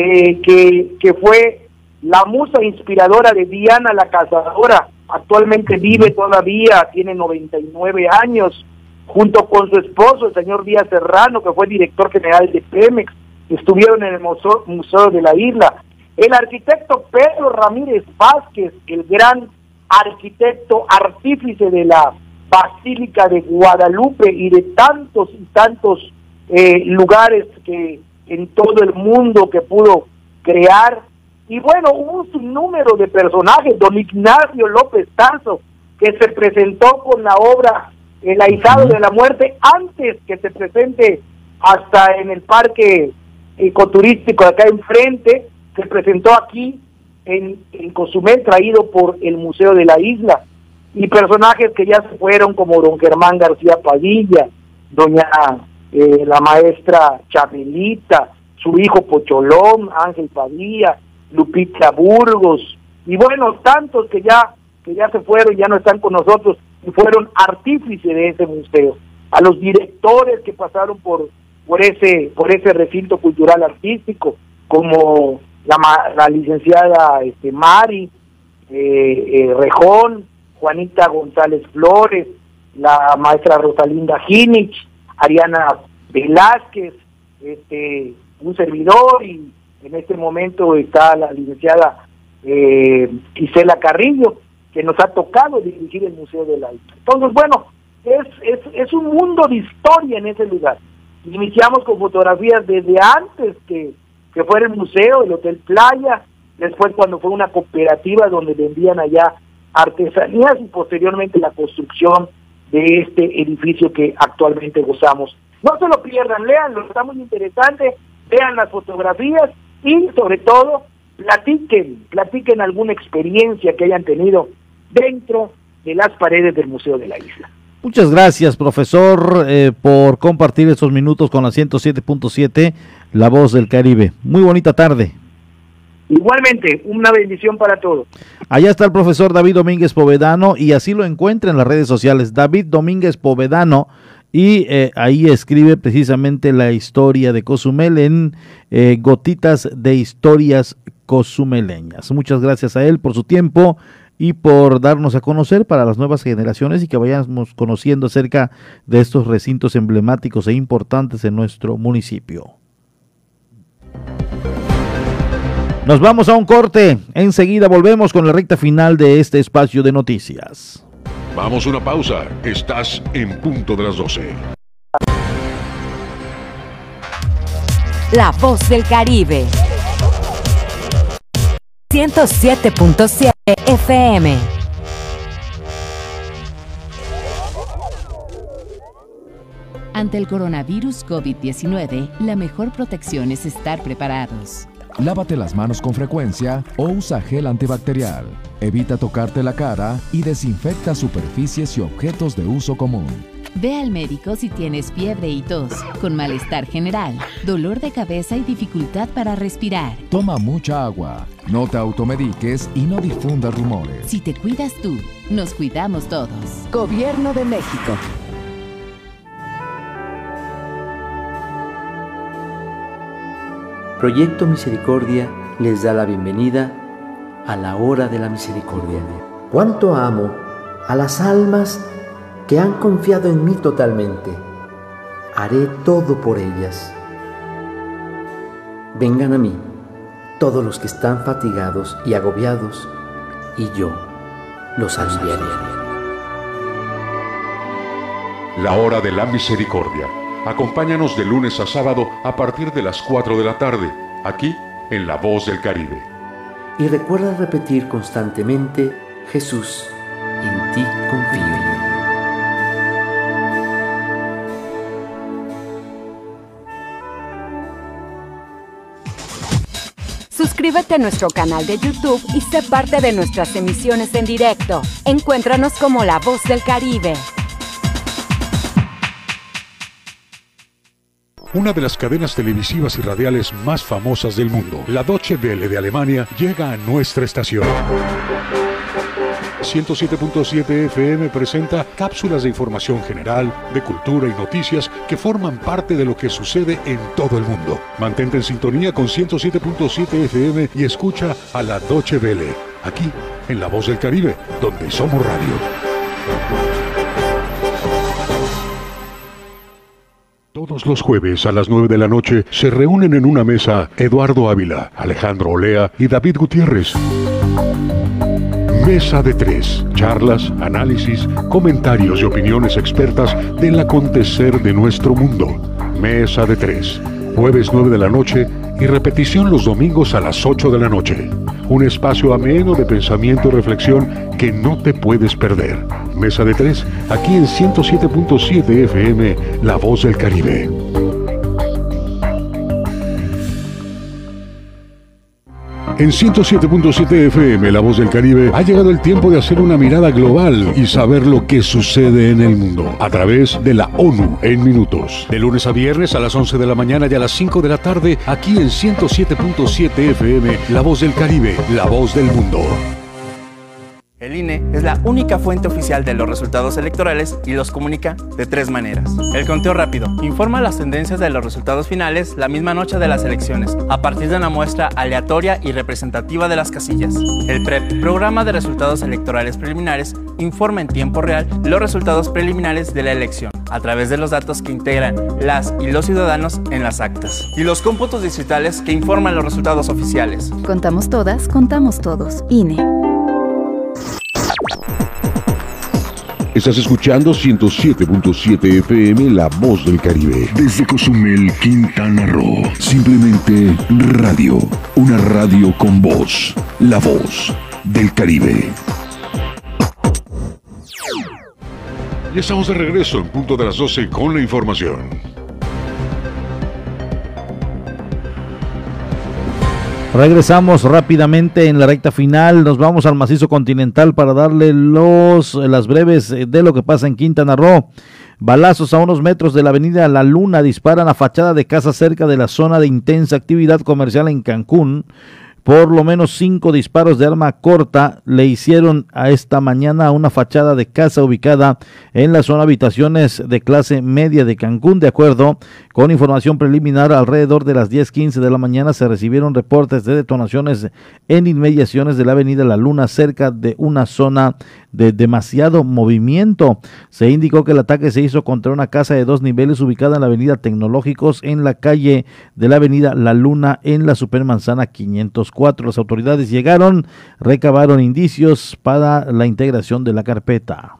que fue la musa inspiradora de Diana la Cazadora. Actualmente vive todavía, tiene 99 años, junto con su esposo, el señor Díaz Serrano, que fue director general de Pemex. Estuvieron en el Museo de la Isla. El arquitecto Pedro Ramírez Vázquez, el gran arquitecto artífice de la Basílica de Guadalupe y de tantos y tantos lugares que en todo el mundo que pudo crear. Y bueno, hubo un sinnúmero de personajes, don Ignacio López Tarso, que se presentó con la obra El ahijado de la muerte, antes que se presente hasta en el parque ecoturístico de acá enfrente, se presentó aquí en Cozumel, traído por el Museo de la Isla, y personajes que ya se fueron como don Germán García Padilla, doña la maestra Chabelita, su hijo Pocholón, Ángel Padilla, Lupita Burgos, y bueno, tantos que ya se fueron, ya no están con nosotros, y fueron artífices de ese museo. A los directores que pasaron por ese recinto cultural artístico, como la licenciada Mari Rejón, Juanita González Flores, la maestra Rosalinda Ginich, Ariana Velázquez, un servidor, y en este momento está la licenciada Gisela Carrillo, que nos ha tocado dirigir el Museo de la Isla. Entonces, bueno, es un mundo de historia en ese lugar. Iniciamos con fotografías desde antes que fuera el museo, el Hotel Playa, después cuando fue una cooperativa donde vendían allá artesanías, y posteriormente la construcción de este edificio que actualmente gozamos. No se lo pierdan, léanlo, está muy interesante, vean las fotografías y sobre todo platiquen alguna experiencia que hayan tenido dentro de las paredes del Museo de la Isla. Muchas gracias, profesor, por compartir estos minutos con la 107.7, La Voz del Caribe. Muy bonita tarde. Igualmente, una bendición para todos. Allá está el profesor David Domínguez Povedano, y así lo encuentra en las redes sociales, David Domínguez Povedano, y ahí escribe precisamente la historia de Cozumel en Gotitas de Historias Cozumeleñas. Muchas gracias a él por su tiempo y por darnos a conocer para las nuevas generaciones, y que vayamos conociendo acerca de estos recintos emblemáticos e importantes en nuestro municipio. Nos vamos a un corte, enseguida volvemos con la recta final de este espacio de noticias. Vamos a una pausa, estás en punto de las 12. La Voz del Caribe. 107.7 FM. Ante el coronavirus COVID-19, la mejor protección es estar preparados. Lávate las manos con frecuencia o usa gel antibacterial. Evita tocarte la cara y desinfecta superficies y objetos de uso común. Ve al médico si tienes fiebre y tos, con malestar general, dolor de cabeza y dificultad para respirar. Toma mucha agua, no te automediques y no difundas rumores. Si te cuidas tú, nos cuidamos todos. Gobierno de México. Proyecto Misericordia les da la bienvenida a la hora de la misericordia. Cuánto amo a las almas que han confiado en mí totalmente. Haré todo por ellas. Vengan a mí, todos los que están fatigados y agobiados, y yo los aliviaré. La hora de la misericordia. Acompáñanos de lunes a sábado a partir de las 4 de la tarde, aquí en La Voz del Caribe. Y recuerda repetir constantemente: Jesús, en ti confío. Suscríbete a nuestro canal de YouTube y sé parte de nuestras emisiones en directo. Encuéntranos como La Voz del Caribe. Una de las cadenas televisivas y radiales más famosas del mundo, la Deutsche Welle de Alemania, llega a nuestra estación. 107.7 FM presenta cápsulas de información general, de cultura y noticias que forman parte de lo que sucede en todo el mundo. Mantente en sintonía con 107.7 FM y escucha a la Deutsche Welle, aquí en La Voz del Caribe, donde somos radio. Todos los jueves a las 9 de la noche se reúnen en una mesa Eduardo Ávila, Alejandro Olea y David Gutiérrez. Mesa de tres. Charlas, análisis, comentarios y opiniones expertas del acontecer de nuestro mundo. Mesa de tres. Jueves 9 de la noche y repetición los domingos a las 8 de la noche. Un espacio ameno de pensamiento y reflexión que no te puedes perder. Mesa de tres, aquí en 107.7 FM, La Voz del Caribe. En 107.7 FM, La Voz del Caribe, ha llegado el tiempo de hacer una mirada global y saber lo que sucede en el mundo a través de la ONU en minutos. De lunes a viernes a las 11 de la mañana y a las 5 de la tarde, aquí en 107.7 FM, La Voz del Caribe, la voz del mundo. El INE es la única fuente oficial de los resultados electorales y los comunica de tres maneras. El conteo rápido informa las tendencias de los resultados finales la misma noche de las elecciones, a partir de una muestra aleatoria y representativa de las casillas. El PREP, programa de resultados electorales preliminares, informa en tiempo real los resultados preliminares de la elección, a través de los datos que integran las y los ciudadanos en las actas. Y los cómputos distritales que informan los resultados oficiales. Contamos todas, contamos todos. INE. Estás escuchando 107.7 FM, La Voz del Caribe. Desde Cozumel, Quintana Roo. Simplemente radio. Una radio con voz. La Voz del Caribe. Y estamos de regreso en punto de las 12 con la información. Regresamos rápidamente en la recta final, nos vamos al macizo continental para darle las breves de lo que pasa en Quintana Roo. Balazos a unos metros de la avenida La Luna disparan a fachada de casa cerca de la zona de intensa actividad comercial en Cancún. Por lo menos 5 disparos de arma corta le hicieron a esta mañana a una fachada de casa ubicada en la zona habitaciones de clase media de Cancún. De acuerdo con información preliminar, alrededor de las 10:15 de la mañana se recibieron reportes de detonaciones en inmediaciones de la avenida La Luna, cerca de una zona de demasiado movimiento. Se indicó que el ataque se hizo contra una casa de 2 niveles ubicada en la avenida Tecnológicos, en la calle de la avenida La Luna, en la Supermanzana 504. Las autoridades llegaron, recabaron indicios para la integración de la carpeta.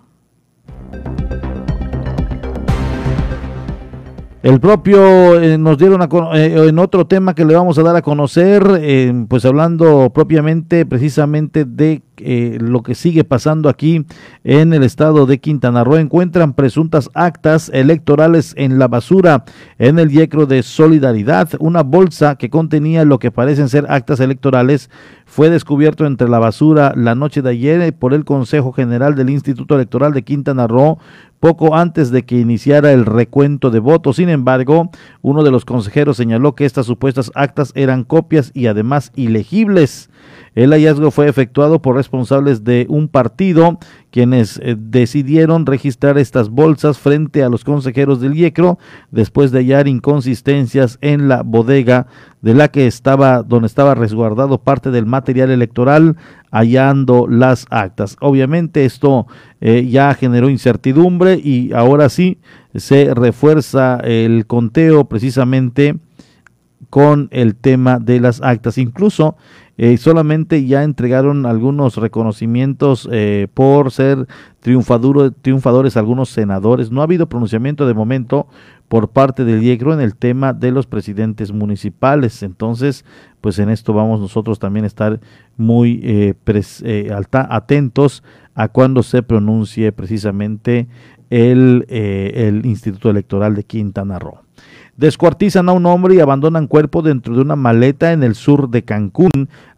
El propio nos dieron en otro tema que le vamos a dar a conocer, pues hablando propiamente, precisamente de lo que sigue pasando aquí en el estado de Quintana Roo. Encuentran presuntas actas electorales en la basura en el Yecro de Solidaridad. Una bolsa que contenía lo que parecen ser actas electorales fue descubierto entre la basura la noche de ayer por el Consejo General del Instituto Electoral de Quintana Roo, poco antes de que iniciara el recuento de votos. Sin embargo, uno de los consejeros señaló que estas supuestas actas eran copias y además ilegibles. El hallazgo fue efectuado por responsables de un partido, quienes decidieron registrar estas bolsas frente a los consejeros del Yecro después de hallar inconsistencias en la bodega de la que donde estaba resguardado parte del material electoral, hallando las actas. Obviamente esto ya generó incertidumbre y ahora sí se refuerza el conteo precisamente con el tema de las actas. Incluso solamente ya entregaron algunos reconocimientos por ser triunfadores algunos senadores. No ha habido pronunciamiento de momento por parte del Yecro en el tema de los presidentes municipales. Entonces, pues en esto vamos nosotros también a estar muy atentos a cuando se pronuncie precisamente el Instituto Electoral de Quintana Roo. Descuartizan a un hombre y abandonan cuerpo dentro de una maleta en el sur de Cancún.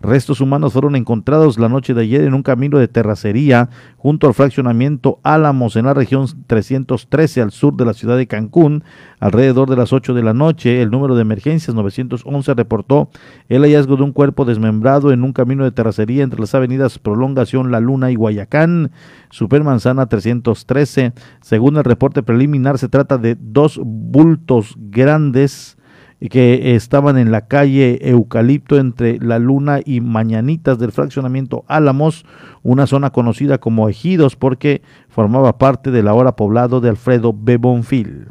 Restos humanos fueron encontrados la noche de ayer en un camino de terracería junto al fraccionamiento Álamos en la región 313 al sur de la ciudad de Cancún. Alrededor de las 8 de la noche, el número de emergencias 911 reportó el hallazgo de un cuerpo desmembrado en un camino de terracería entre las avenidas Prolongación, La Luna y Guayacán, Supermanzana 313. Según el reporte preliminar, se trata de 2 bultos grandes que estaban en la calle Eucalipto entre La Luna y Mañanitas del fraccionamiento Álamos, una zona conocida como Ejidos porque formaba parte del ahora poblado de Alfredo B. Bonfil.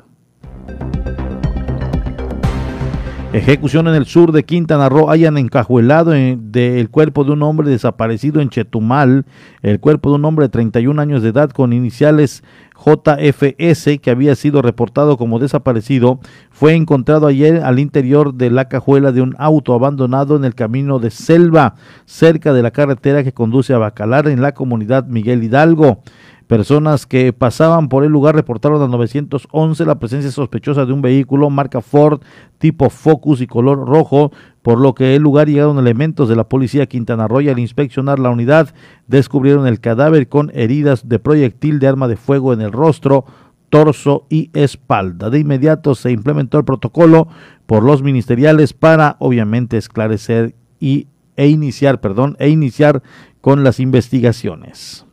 Ejecución en el sur de Quintana Roo. Hayan encajuelado el cuerpo de un hombre desaparecido en Chetumal. El cuerpo de un hombre de 31 años de edad con iniciales JFS, que había sido reportado como desaparecido, fue encontrado ayer al interior de la cajuela de un auto abandonado en el camino de Selva, cerca de la carretera que conduce a Bacalar en la comunidad Miguel Hidalgo. Personas que pasaban por el lugar reportaron al 911 la presencia sospechosa de un vehículo marca Ford tipo Focus y color rojo, por lo que el lugar llegaron elementos de la policía Quintana Roo y al inspeccionar la unidad descubrieron el cadáver con heridas de proyectil de arma de fuego en el rostro, torso y espalda. De inmediato se implementó el protocolo por los ministeriales para obviamente esclarecer e iniciar con las investigaciones.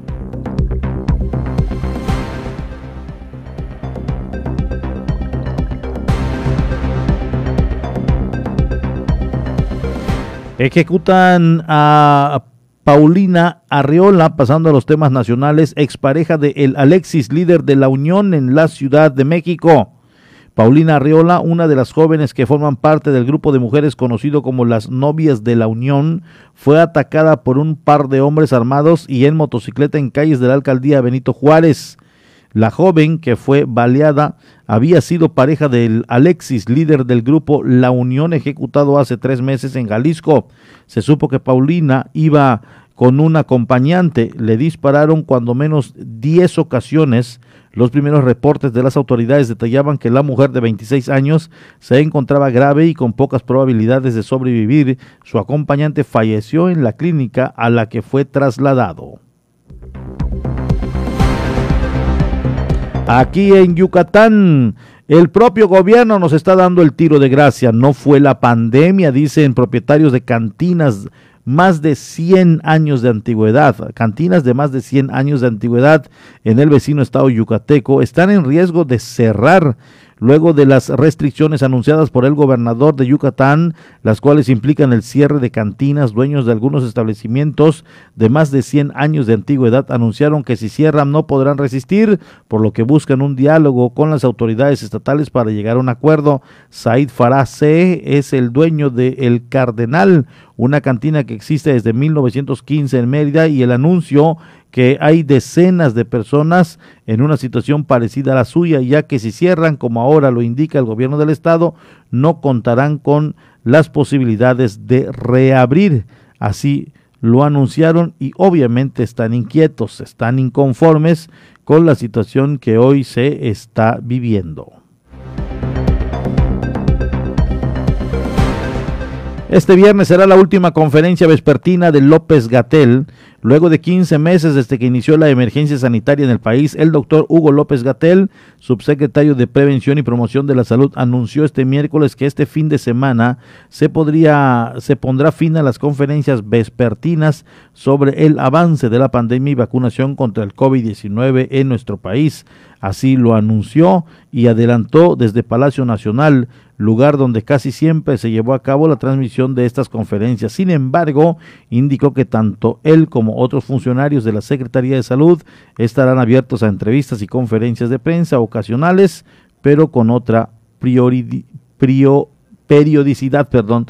Ejecutan a Paulina Arriola, pasando a los temas nacionales, expareja de el Alexis, líder de la Unión en la Ciudad de México. Paulina Arriola, una de las jóvenes que forman parte del grupo de mujeres conocido como las Novias de la Unión, fue atacada por un par de hombres armados y en motocicleta en calles de la alcaldía Benito Juárez. La joven que fue baleada había sido pareja del Alexis, líder del grupo La Unión, ejecutado hace 3 meses en Jalisco. Se supo que Paulina iba con un acompañante. Le dispararon cuando menos 10 ocasiones. Los primeros reportes de las autoridades detallaban que la mujer de 26 años se encontraba grave y con pocas probabilidades de sobrevivir. Su acompañante falleció en la clínica a la que fue trasladado. Aquí en Yucatán, el propio gobierno nos está dando el tiro de gracia. No fue la pandemia, dicen propietarios de cantinas más de 100 años de antigüedad. Cantinas de más de 100 años de antigüedad en el vecino estado yucateco están en riesgo de cerrar luego de las restricciones anunciadas por el gobernador de Yucatán, las cuales implican el cierre de cantinas. Dueños de algunos establecimientos de más de 100 años de antigüedad anunciaron que si cierran no podrán resistir, por lo que buscan un diálogo con las autoridades estatales para llegar a un acuerdo. Said Farah C. es el dueño de El Cardenal, una cantina que existe desde 1915 en Mérida, y el anuncio que hay decenas de personas en una situación parecida a la suya, ya que si cierran, como ahora lo indica el gobierno del estado, no contarán con las posibilidades de reabrir. Así lo anunciaron y obviamente están inquietos, están inconformes con la situación que hoy se está viviendo. Este viernes será la última conferencia vespertina de López-Gatell. Luego de 15 meses desde que inició la emergencia sanitaria en el país, el doctor Hugo López-Gatell, subsecretario de Prevención y Promoción de la Salud, anunció este miércoles que este fin de semana se pondrá fin a las conferencias vespertinas sobre el avance de la pandemia y vacunación contra el COVID-19 en nuestro país. Así lo anunció y adelantó desde Palacio Nacional, lugar donde casi siempre se llevó a cabo la transmisión de estas conferencias. Sin embargo, indicó que tanto él como otros funcionarios de la Secretaría de Salud estarán abiertos a entrevistas y conferencias de prensa ocasionales, pero con otra periodicidad.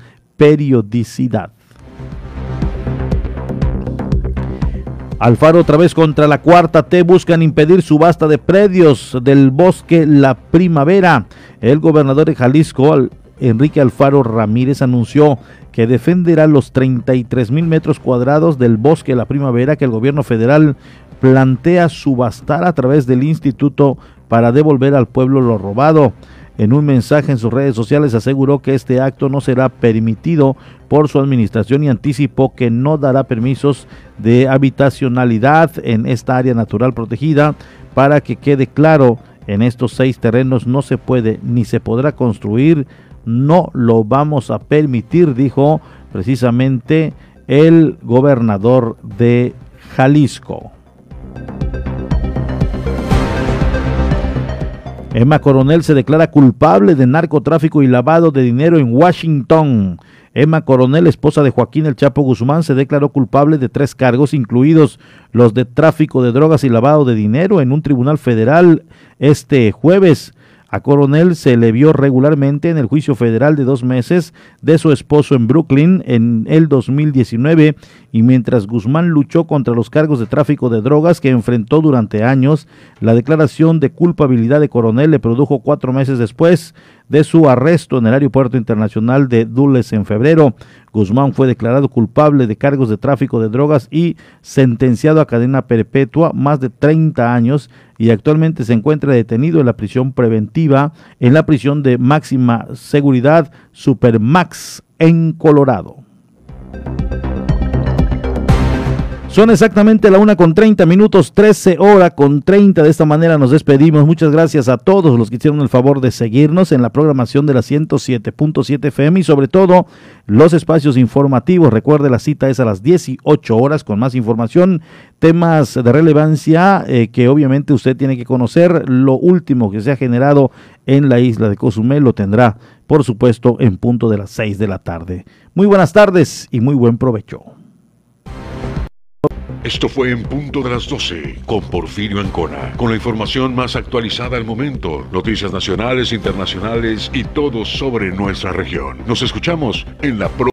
Alfaro otra vez contra la 4T, buscan impedir subasta de predios del Bosque La Primavera. El gobernador de Jalisco, Enrique Alfaro Ramírez, anunció que defenderá los 33,000 metros cuadrados del Bosque La Primavera que el gobierno federal plantea subastar a través del instituto para devolver al pueblo lo robado. En un mensaje en sus redes sociales aseguró que este acto no será permitido por su administración y anticipó que no dará permisos de habitacionalidad en esta área natural protegida. Para que quede claro, en estos 6 terrenos no se puede ni se podrá construir, no lo vamos a permitir, dijo precisamente el gobernador de Jalisco. Emma Coronel se declara culpable de narcotráfico y lavado de dinero en Washington. Emma Coronel, esposa de Joaquín El Chapo Guzmán, se declaró culpable de 3 cargos, incluidos los de tráfico de drogas y lavado de dinero, en un tribunal federal este jueves. A Coronel se le vio regularmente en el juicio federal de 2 meses de su esposo en Brooklyn en el 2019, y mientras Guzmán luchó contra los cargos de tráfico de drogas que enfrentó durante años, la declaración de culpabilidad de Coronel le produjo 4 meses después de su arresto en el aeropuerto internacional de Dulles en febrero. Guzmán fue declarado culpable de cargos de tráfico de drogas y sentenciado a cadena perpetua, más de 30 años, y actualmente se encuentra detenido en la prisión preventiva, en la prisión de máxima seguridad Supermax en Colorado. Son exactamente la 1:30, 13 horas con 30. De esta manera nos despedimos. Muchas gracias a todos los que hicieron el favor de seguirnos en la programación de la 107.7 FM y sobre todo los espacios informativos. Recuerde, la cita es a las 18 horas con más información, temas de relevancia que obviamente usted tiene que conocer. Lo último que se ha generado en la isla de Cozumel lo tendrá, por supuesto, en punto de las 6 de la tarde. Muy buenas tardes y muy buen provecho. Esto fue En Punto de las 12 con Porfirio Ancona, con la información más actualizada al momento, noticias nacionales, internacionales y todo sobre nuestra región. Nos escuchamos en la próxima.